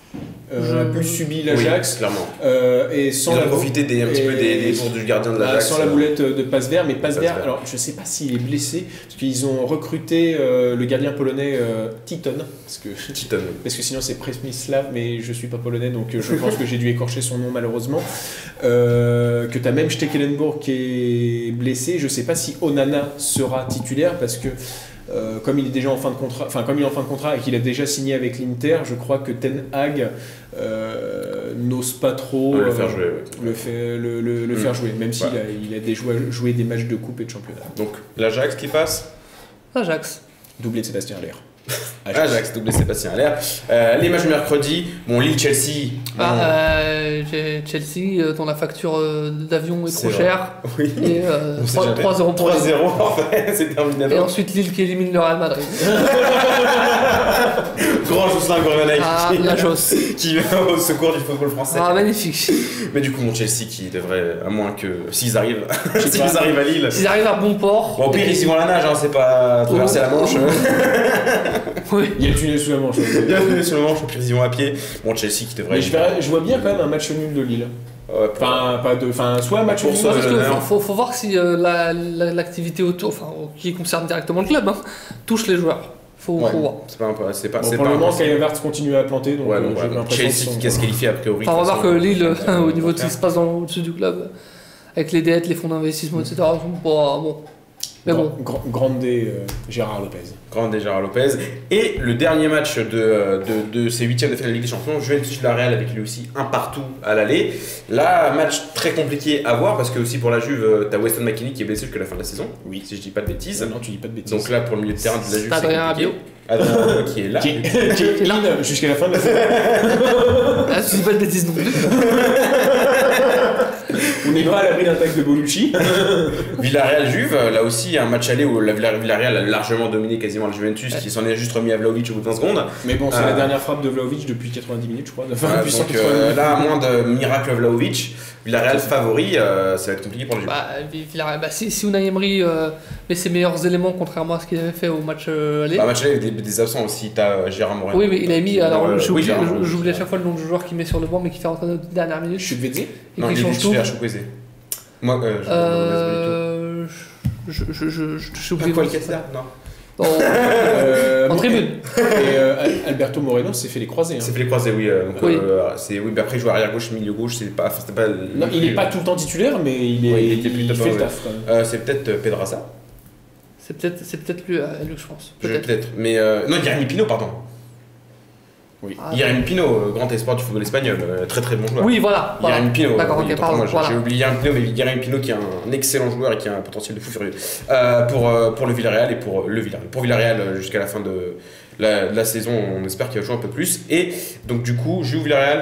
l'Ajax. Clairement. Et sans Ils ont profité un petit peu des tours du gardien de l'Ajax. Sans la boulette de Pasver, mais Pasver, alors je sais pas s'il est blessé, parce qu'ils ont recruté le gardien polonais Titon, parce que sinon c'est Przemysław, mais je suis pas polonais, donc je pense que j'ai dû écorcher son nom malheureusement. Que tu as même Stekelenburg qui est blessé, je sais pas si Onana sera titulaire, parce que comme il est déjà en fin de contrat, et qu'il a déjà signé avec l'Inter, je crois que Ten Hag n'ose pas trop le faire jouer, le faire jouer, même s'il a joué des matchs de coupe et de championnat. Donc l'Ajax qui passe. L'Ajax. Doublé de Sébastien Haller. Ajax, doublé Sébastien Haller. Les matchs mercredi, Lille-Chelsea. Chelsea, dont la facture d'avion est trop chère. Oui. Et 3-0 pour 3-0 en fait, c'est terminé. Et ensuite Lille qui élimine le Real Madrid. Grand Jocelyn Gourvenec qui vient au secours du football français. Ah, magnifique. Mais du coup, Chelsea qui devrait, à moins que s'ils arrivent à Lille. S'ils arrivent à bon port. Bon, au pire, ils y vont à la nage, hein, c'est pas traverser la Manche. Oui. Il y a le tunnel sous la Manche. Il y a le tunnel sous la Manche, au pire, ils y vont à pied. Chelsea qui devrait. Mais je vois bien quand même un match nul de Lille. Soit un match nul. Faut voir si l'activité autour, qui concerne directement le club, touche les joueurs. Faut voir. C'est pas pour le moment, Kai Havertz continue à planter, donc j'ai l'impression Chelsea qui a se qualifié a priori. On va voir que Lille, au niveau de ce qui se passe au-dessus du club, avec les dettes, les fonds d'investissement, etc. Bon. Mais bon. Grande Gérard Lopez. Et le dernier match de ces huitièmes de finale de Ligue des Champions, Juventus-Villarreal avec lui aussi un partout à l'aller. Là, match très compliqué à voir parce que aussi pour la Juve, t'as Weston McKennie qui est blessé jusqu'à la fin de la saison. Oui. Si je dis pas de bêtises. Non, tu dis pas de bêtises. Donc là, pour le milieu de terrain de la Juve, c'est compliqué. Adrien Rabiot qui est là. Qui est là jusqu'à la fin de la saison. Ah, tu dis pas de bêtises non plus. On n'est pas à l'abri d'un tag de Bonucci. Villarreal-Juve, là aussi, il y a un match aller où la Villarreal a largement dominé quasiment le Juventus, qui s'en est juste remis à Vlahovic au bout de 20 secondes. Mais bon, c'est la dernière frappe de Vlahovic depuis 90 minutes, je crois. Enfin, depuis donc 180 minutes. là, à moins de miracle Vlahovic, Villarreal favori, ça va être compliqué pour le Juve. Villarreal, si Unai Emery met ses meilleurs éléments, contrairement à ce qu'il avait fait au match aller. Match aller avec des absents aussi, t'as Gérard Moreno. Oui, mais il a mis. Alors, j'oublie à chaque fois le nom du joueur qu'il met sur le banc, mais qui fait rentrer dans la dernière minute. Chukwueze. Non, il est titulaire, Chukwueze. Moi, je oublié. Quoi, le Kessler? Non. En tribune. Et Alberto Moreno s'est fait les croisés. C'est fait les croisés, oui. Oui. Mais après, il joue arrière gauche, milieu gauche, c'était pas. Non, il n'est pas tout le temps titulaire, mais il fait le taf. C'est peut-être Pedraza. C'est peut-être lui, je pense. Peut-être. Mais non, Jérémy Pino, pardon. Oui. Jérémy Pino, grand espoir du football espagnol, très très bon joueur. Oui, voilà. Jérémy Pino. D'accord, ok, pardon. J'ai oublié Jérémy Pino, mais Jérémy Pino qui est un excellent joueur et qui a un potentiel de fou furieux pour le Villarreal et pour le Villarreal. Pour Villarreal jusqu'à la fin de la saison, on espère qu'il va jouer un peu plus. Et donc du coup, Juve Villarreal.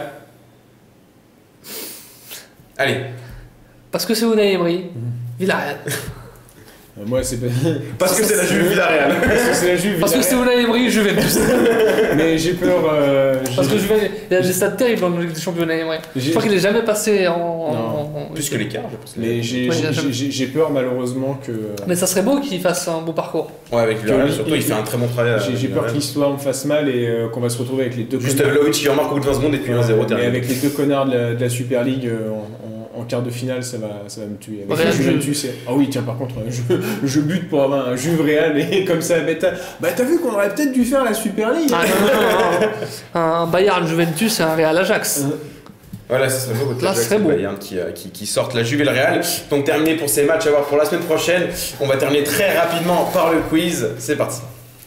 Allez. Parce que c'est Unai Emery. Villarreal. Moi, c'est Parce que c'est la Juve Villarreal. Parce que c'est Unai Emery, Juventus. Mais j'ai peur. Parce que il a des stats terribles en Ligue des Champions Unai Emery. Je crois qu'il n'est jamais passé en Plus que l'écart, je pense. Mais j'ai peur malheureusement que. Mais ça serait beau qu'il fasse un beau parcours. Ouais, avec Villarreal surtout, il fait un très bon travail. J'ai peur que l'histoire me fasse mal et qu'on va se retrouver avec les deux. Juste Vlahovic qui remarque au bout de 20 secondes et puis 1-0. Mais avec les deux connards de la Super League en quart de finale, ça va me tuer. Avec Juventus, ah oui, tiens, par contre, je bute pour avoir un Juve Real et comme ça, t'as vu qu'on aurait peut-être dû faire la Super League. Non. Un Bayern Juventus et un Real Ajax. Voilà, ça serait beau que là, serait beau. Bayern qui sortent la Juve et le Real. Donc terminé pour ces matchs à voir pour la semaine prochaine. On va terminer très rapidement par le quiz. C'est parti.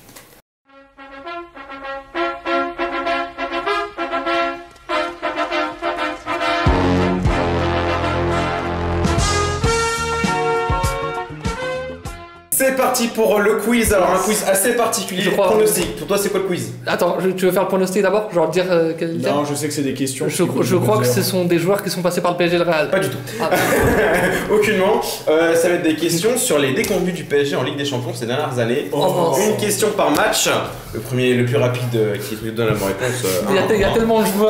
C'est parti pour le quiz. Alors un quiz assez particulier. Je crois. Pronostic. Pour toi, c'est quoi le quiz? Attends, tu veux faire le pronostic d'abord? Genre dire quel Non, je sais que c'est des questions. Je crois que ce sont des joueurs qui sont passés par le PSG et le Real. Pas du tout. Aucunement. Ça va être des questions sur les déconvenus du PSG en Ligue des Champions ces dernières années. Une question par match. Le plus rapide qui donne la bonne réponse. Il y a tellement de joueurs.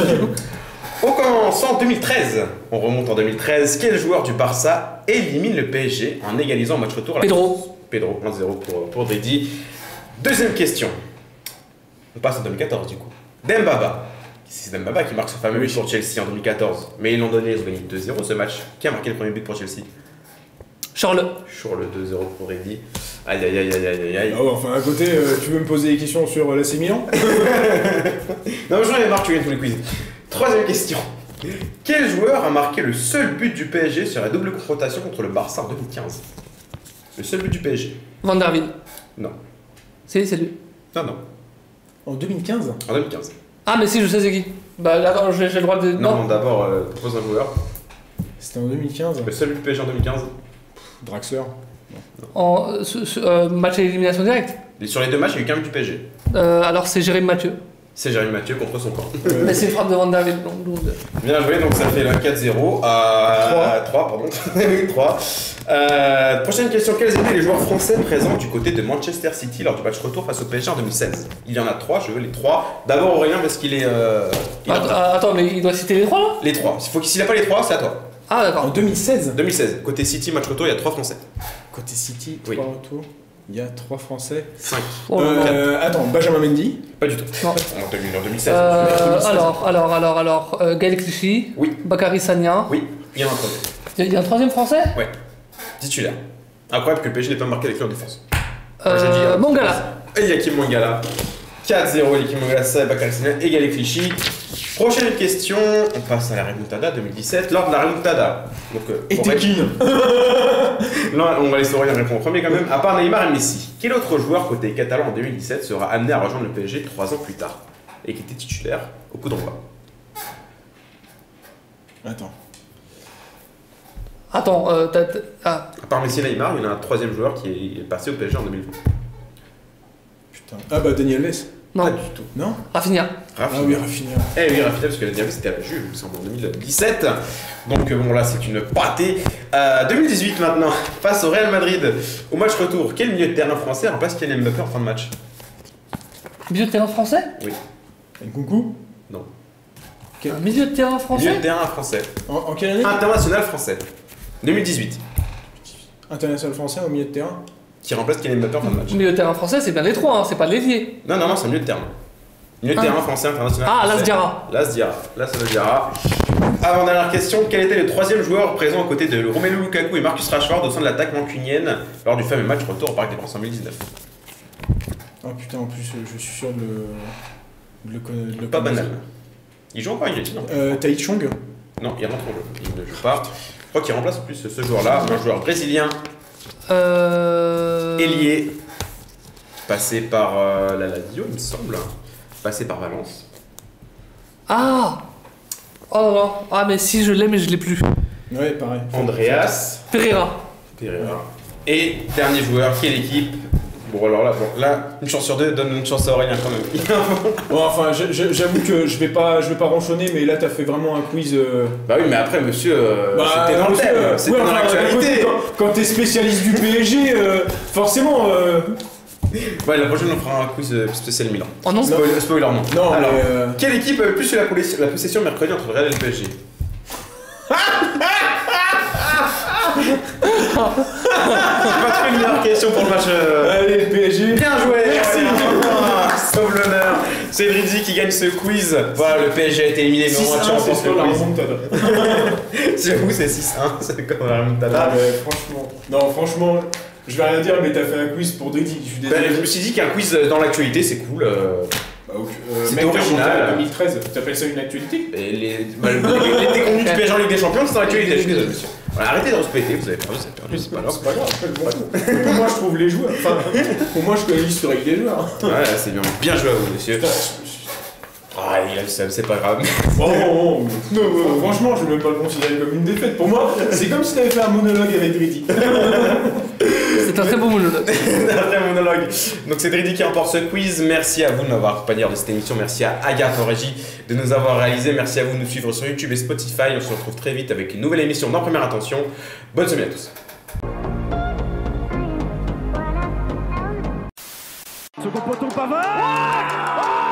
On commence en 2013. On remonte en 2013. Quel joueur du Barça élimine le PSG en égalisant au match retour à la Pedro. Pedro, 1-0 pour Dridi. Deuxième question. On passe en 2014 du coup. Dembaba. C'est Dembaba qui marque ce fameux but pour Chelsea en 2014. Mais ils l'ont donné, ils ont gagné 2-0 ce match. Qui a marqué le premier but pour Chelsea? Charles. Sur le 2-0 pour Dridi. Aïe aïe aïe aïe aïe aïe. Ah ouais, enfin à côté, tu veux me poser des questions sur l'AC Milan? Non, mais j'en ai marre, tu gagnes tous les quiz. Troisième question. Quel joueur a marqué le seul but du PSG sur la double confrontation contre le Barça en 2015? Le seul but du PSG. Van der Wiel. Non. C'est lui. Non. En 2015? En 2015. Ah, mais si, je sais c'est qui. Bah, attends, j'ai le droit de. Non, d'abord, propose un joueur. C'était en 2015? Le seul but du PSG en 2015. Draxler. En match à élimination directe. Et sur les deux matchs, il y a eu qu'un but du PSG. Alors, c'est Jérémy Mathieu. C'est Jérémy Mathieu contre son camp. Mais c'est une frappe de Van der Wiel. Bien joué, donc ça fait le 4-0 à 3, pardon. Oui, 3. Prochaine question. Quels étaient les joueurs français présents du côté de Manchester City lors du match retour face au PSG en 2016? Il y en a 3, je veux les 3. D'abord Aurélien parce qu'il est... Attends, mais il doit citer les 3 là? Les 3. S'il n'a pas les 3, c'est à toi. Ah d'accord. En 2016? 2016. Côté City, match retour, il y a 3 Français. Côté City, 3 Oui. retours. Il y a 3 Français. 5. Attends, Benjamin Mendy? Pas du tout. Non. En 2016. Alors, Gaël Clichy. Oui. Bakary Sagna. Oui, il y en a un troisième. Il y a un troisième français? Ouais. Titulaire. Incroyable que le PSG n'ait pas marqué avec lui en défense. Mangala. Et Yakim Mangala. 4-0, Yakim Mangala, ça, Bakary Sagna et Gaël Clichy. Prochaine question, on passe à la remontada 2017. Lors de la remontada, donc non, on va laisser Aurélien répondre en premier quand même. À part Neymar et Messi, quel autre joueur côté catalan en 2017 sera amené à rejoindre le PSG 3 ans plus tard et qui était titulaire au coup d'envoi? Attends, À part Messi et Neymar, il y en a un troisième joueur qui est passé au PSG en 2020. putain. Ah bah Daniel Alves. Non. Pas du tout. Non. Rafinha. Rafinha. Ah oui, Rafinha. Eh oui, Rafinha, parce que la dernière c'était à la Juve, il me semble, en 2017. Donc bon, là, c'est une pâtée. 2018 maintenant, face au Real Madrid, au match retour. Quel milieu de terrain français remplace Kylian Mbappé en fin de match? Milieu de terrain français? Oui. Nkunku. Non. Un milieu de terrain Milieu français? de terrain français. En quelle année? International français. 2018. International français au milieu de terrain. Qui remplace Kylian Mbappé en fin de match. Milieu de terrain français, c'est bien les trois, hein, c'est pas l'évier. Non, c'est un milieu de terrain. Milieu de Ah. terrain français international. Ah, français. Las Diarra. Las Diarra. Avant-dernière question, quel était le troisième joueur présent aux côtés de Romelu Lukaku et Marcus Rashford au sein de l'attaque mancunienne lors du fameux match retour au Parc des Princes en 2019? Oh putain, en plus, je suis sûr de le connaître. Pas banal. Il joue encore, il est non? Tai Chong. Non, il rentre au jeu. Il ne joue pas. Je crois qu'il remplace en plus ce joueur-là, un joueur brésilien, ailier, passé par la Lazio, il me semble, passé par Valence. Ah. Oh non. Ah, mais si, je l'ai, mais je l'ai plus. Ouais, pareil. Andreas Pereira. Pereira. Et dernier joueur, quelle équipe? Bon alors là, une chance sur deux, donne une chance à Aurélien quand même. Bon, enfin, j'avoue que je vais pas ronchonner, mais là, t'as fait vraiment un quiz. Bah oui, mais après, monsieur, c'était dans le monsieur, thème, c'était dans l'actualité. Quand t'es spécialiste du PSG, forcément. Ouais, la prochaine, on fera un quiz spécial Milan. Oh non. Spoiler, non. Non, Alors, mais. quelle équipe a eu plus eu la possession mercredi entre le Real et le PSG? C'est pas trop une meilleure question pour le match. Allez, le PSG. Bien joué. Merci. Sauve l'honneur. C'est Drizzy qui gagne ce quiz. Voilà, le PSG a été éliminé, mais au moins tu remportes le quiz. J'avoue, c'est 6-1. C'est comme la remontada. Ah, mais franchement. Non, franchement, je vais rien dire, mais t'as fait un quiz pour Drizzy. Je suis désolé. Je me suis dit qu'un quiz dans l'actualité, c'est cool. C'était Mec, original. en 2013, t'appelles ça une actualité? Et les déconvenus du PSG en Ligue des Champions, c'est dans l'actualité, je suis désolé, monsieur. Voilà, arrêtez de respecter, vous avez perdu, c'est pas grave. C'est pas grave. Pour moi, je trouve les joueurs. Enfin, pour moi, je connais l'historique des joueurs. Ouais, c'est bien joué à vous, monsieur. Putain, Ah, il a le seum, c'est pas grave. non, franchement, je vais même pas le considérer comme une défaite. Pour moi, c'est comme si t'avais fait un monologue avec Drizzy. C'est un très beau monologue. Après monologue. Donc c'est Drizzy qui remporte ce quiz. Merci à vous de m'avoir accompagné de cette émission. Merci à Agathe en régie de nous avoir réalisé. Merci à vous de nous suivre sur YouTube et Spotify. On se retrouve très vite avec une nouvelle émission dans Première Attention. Bonne semaine à tous. Second poteau Pavard.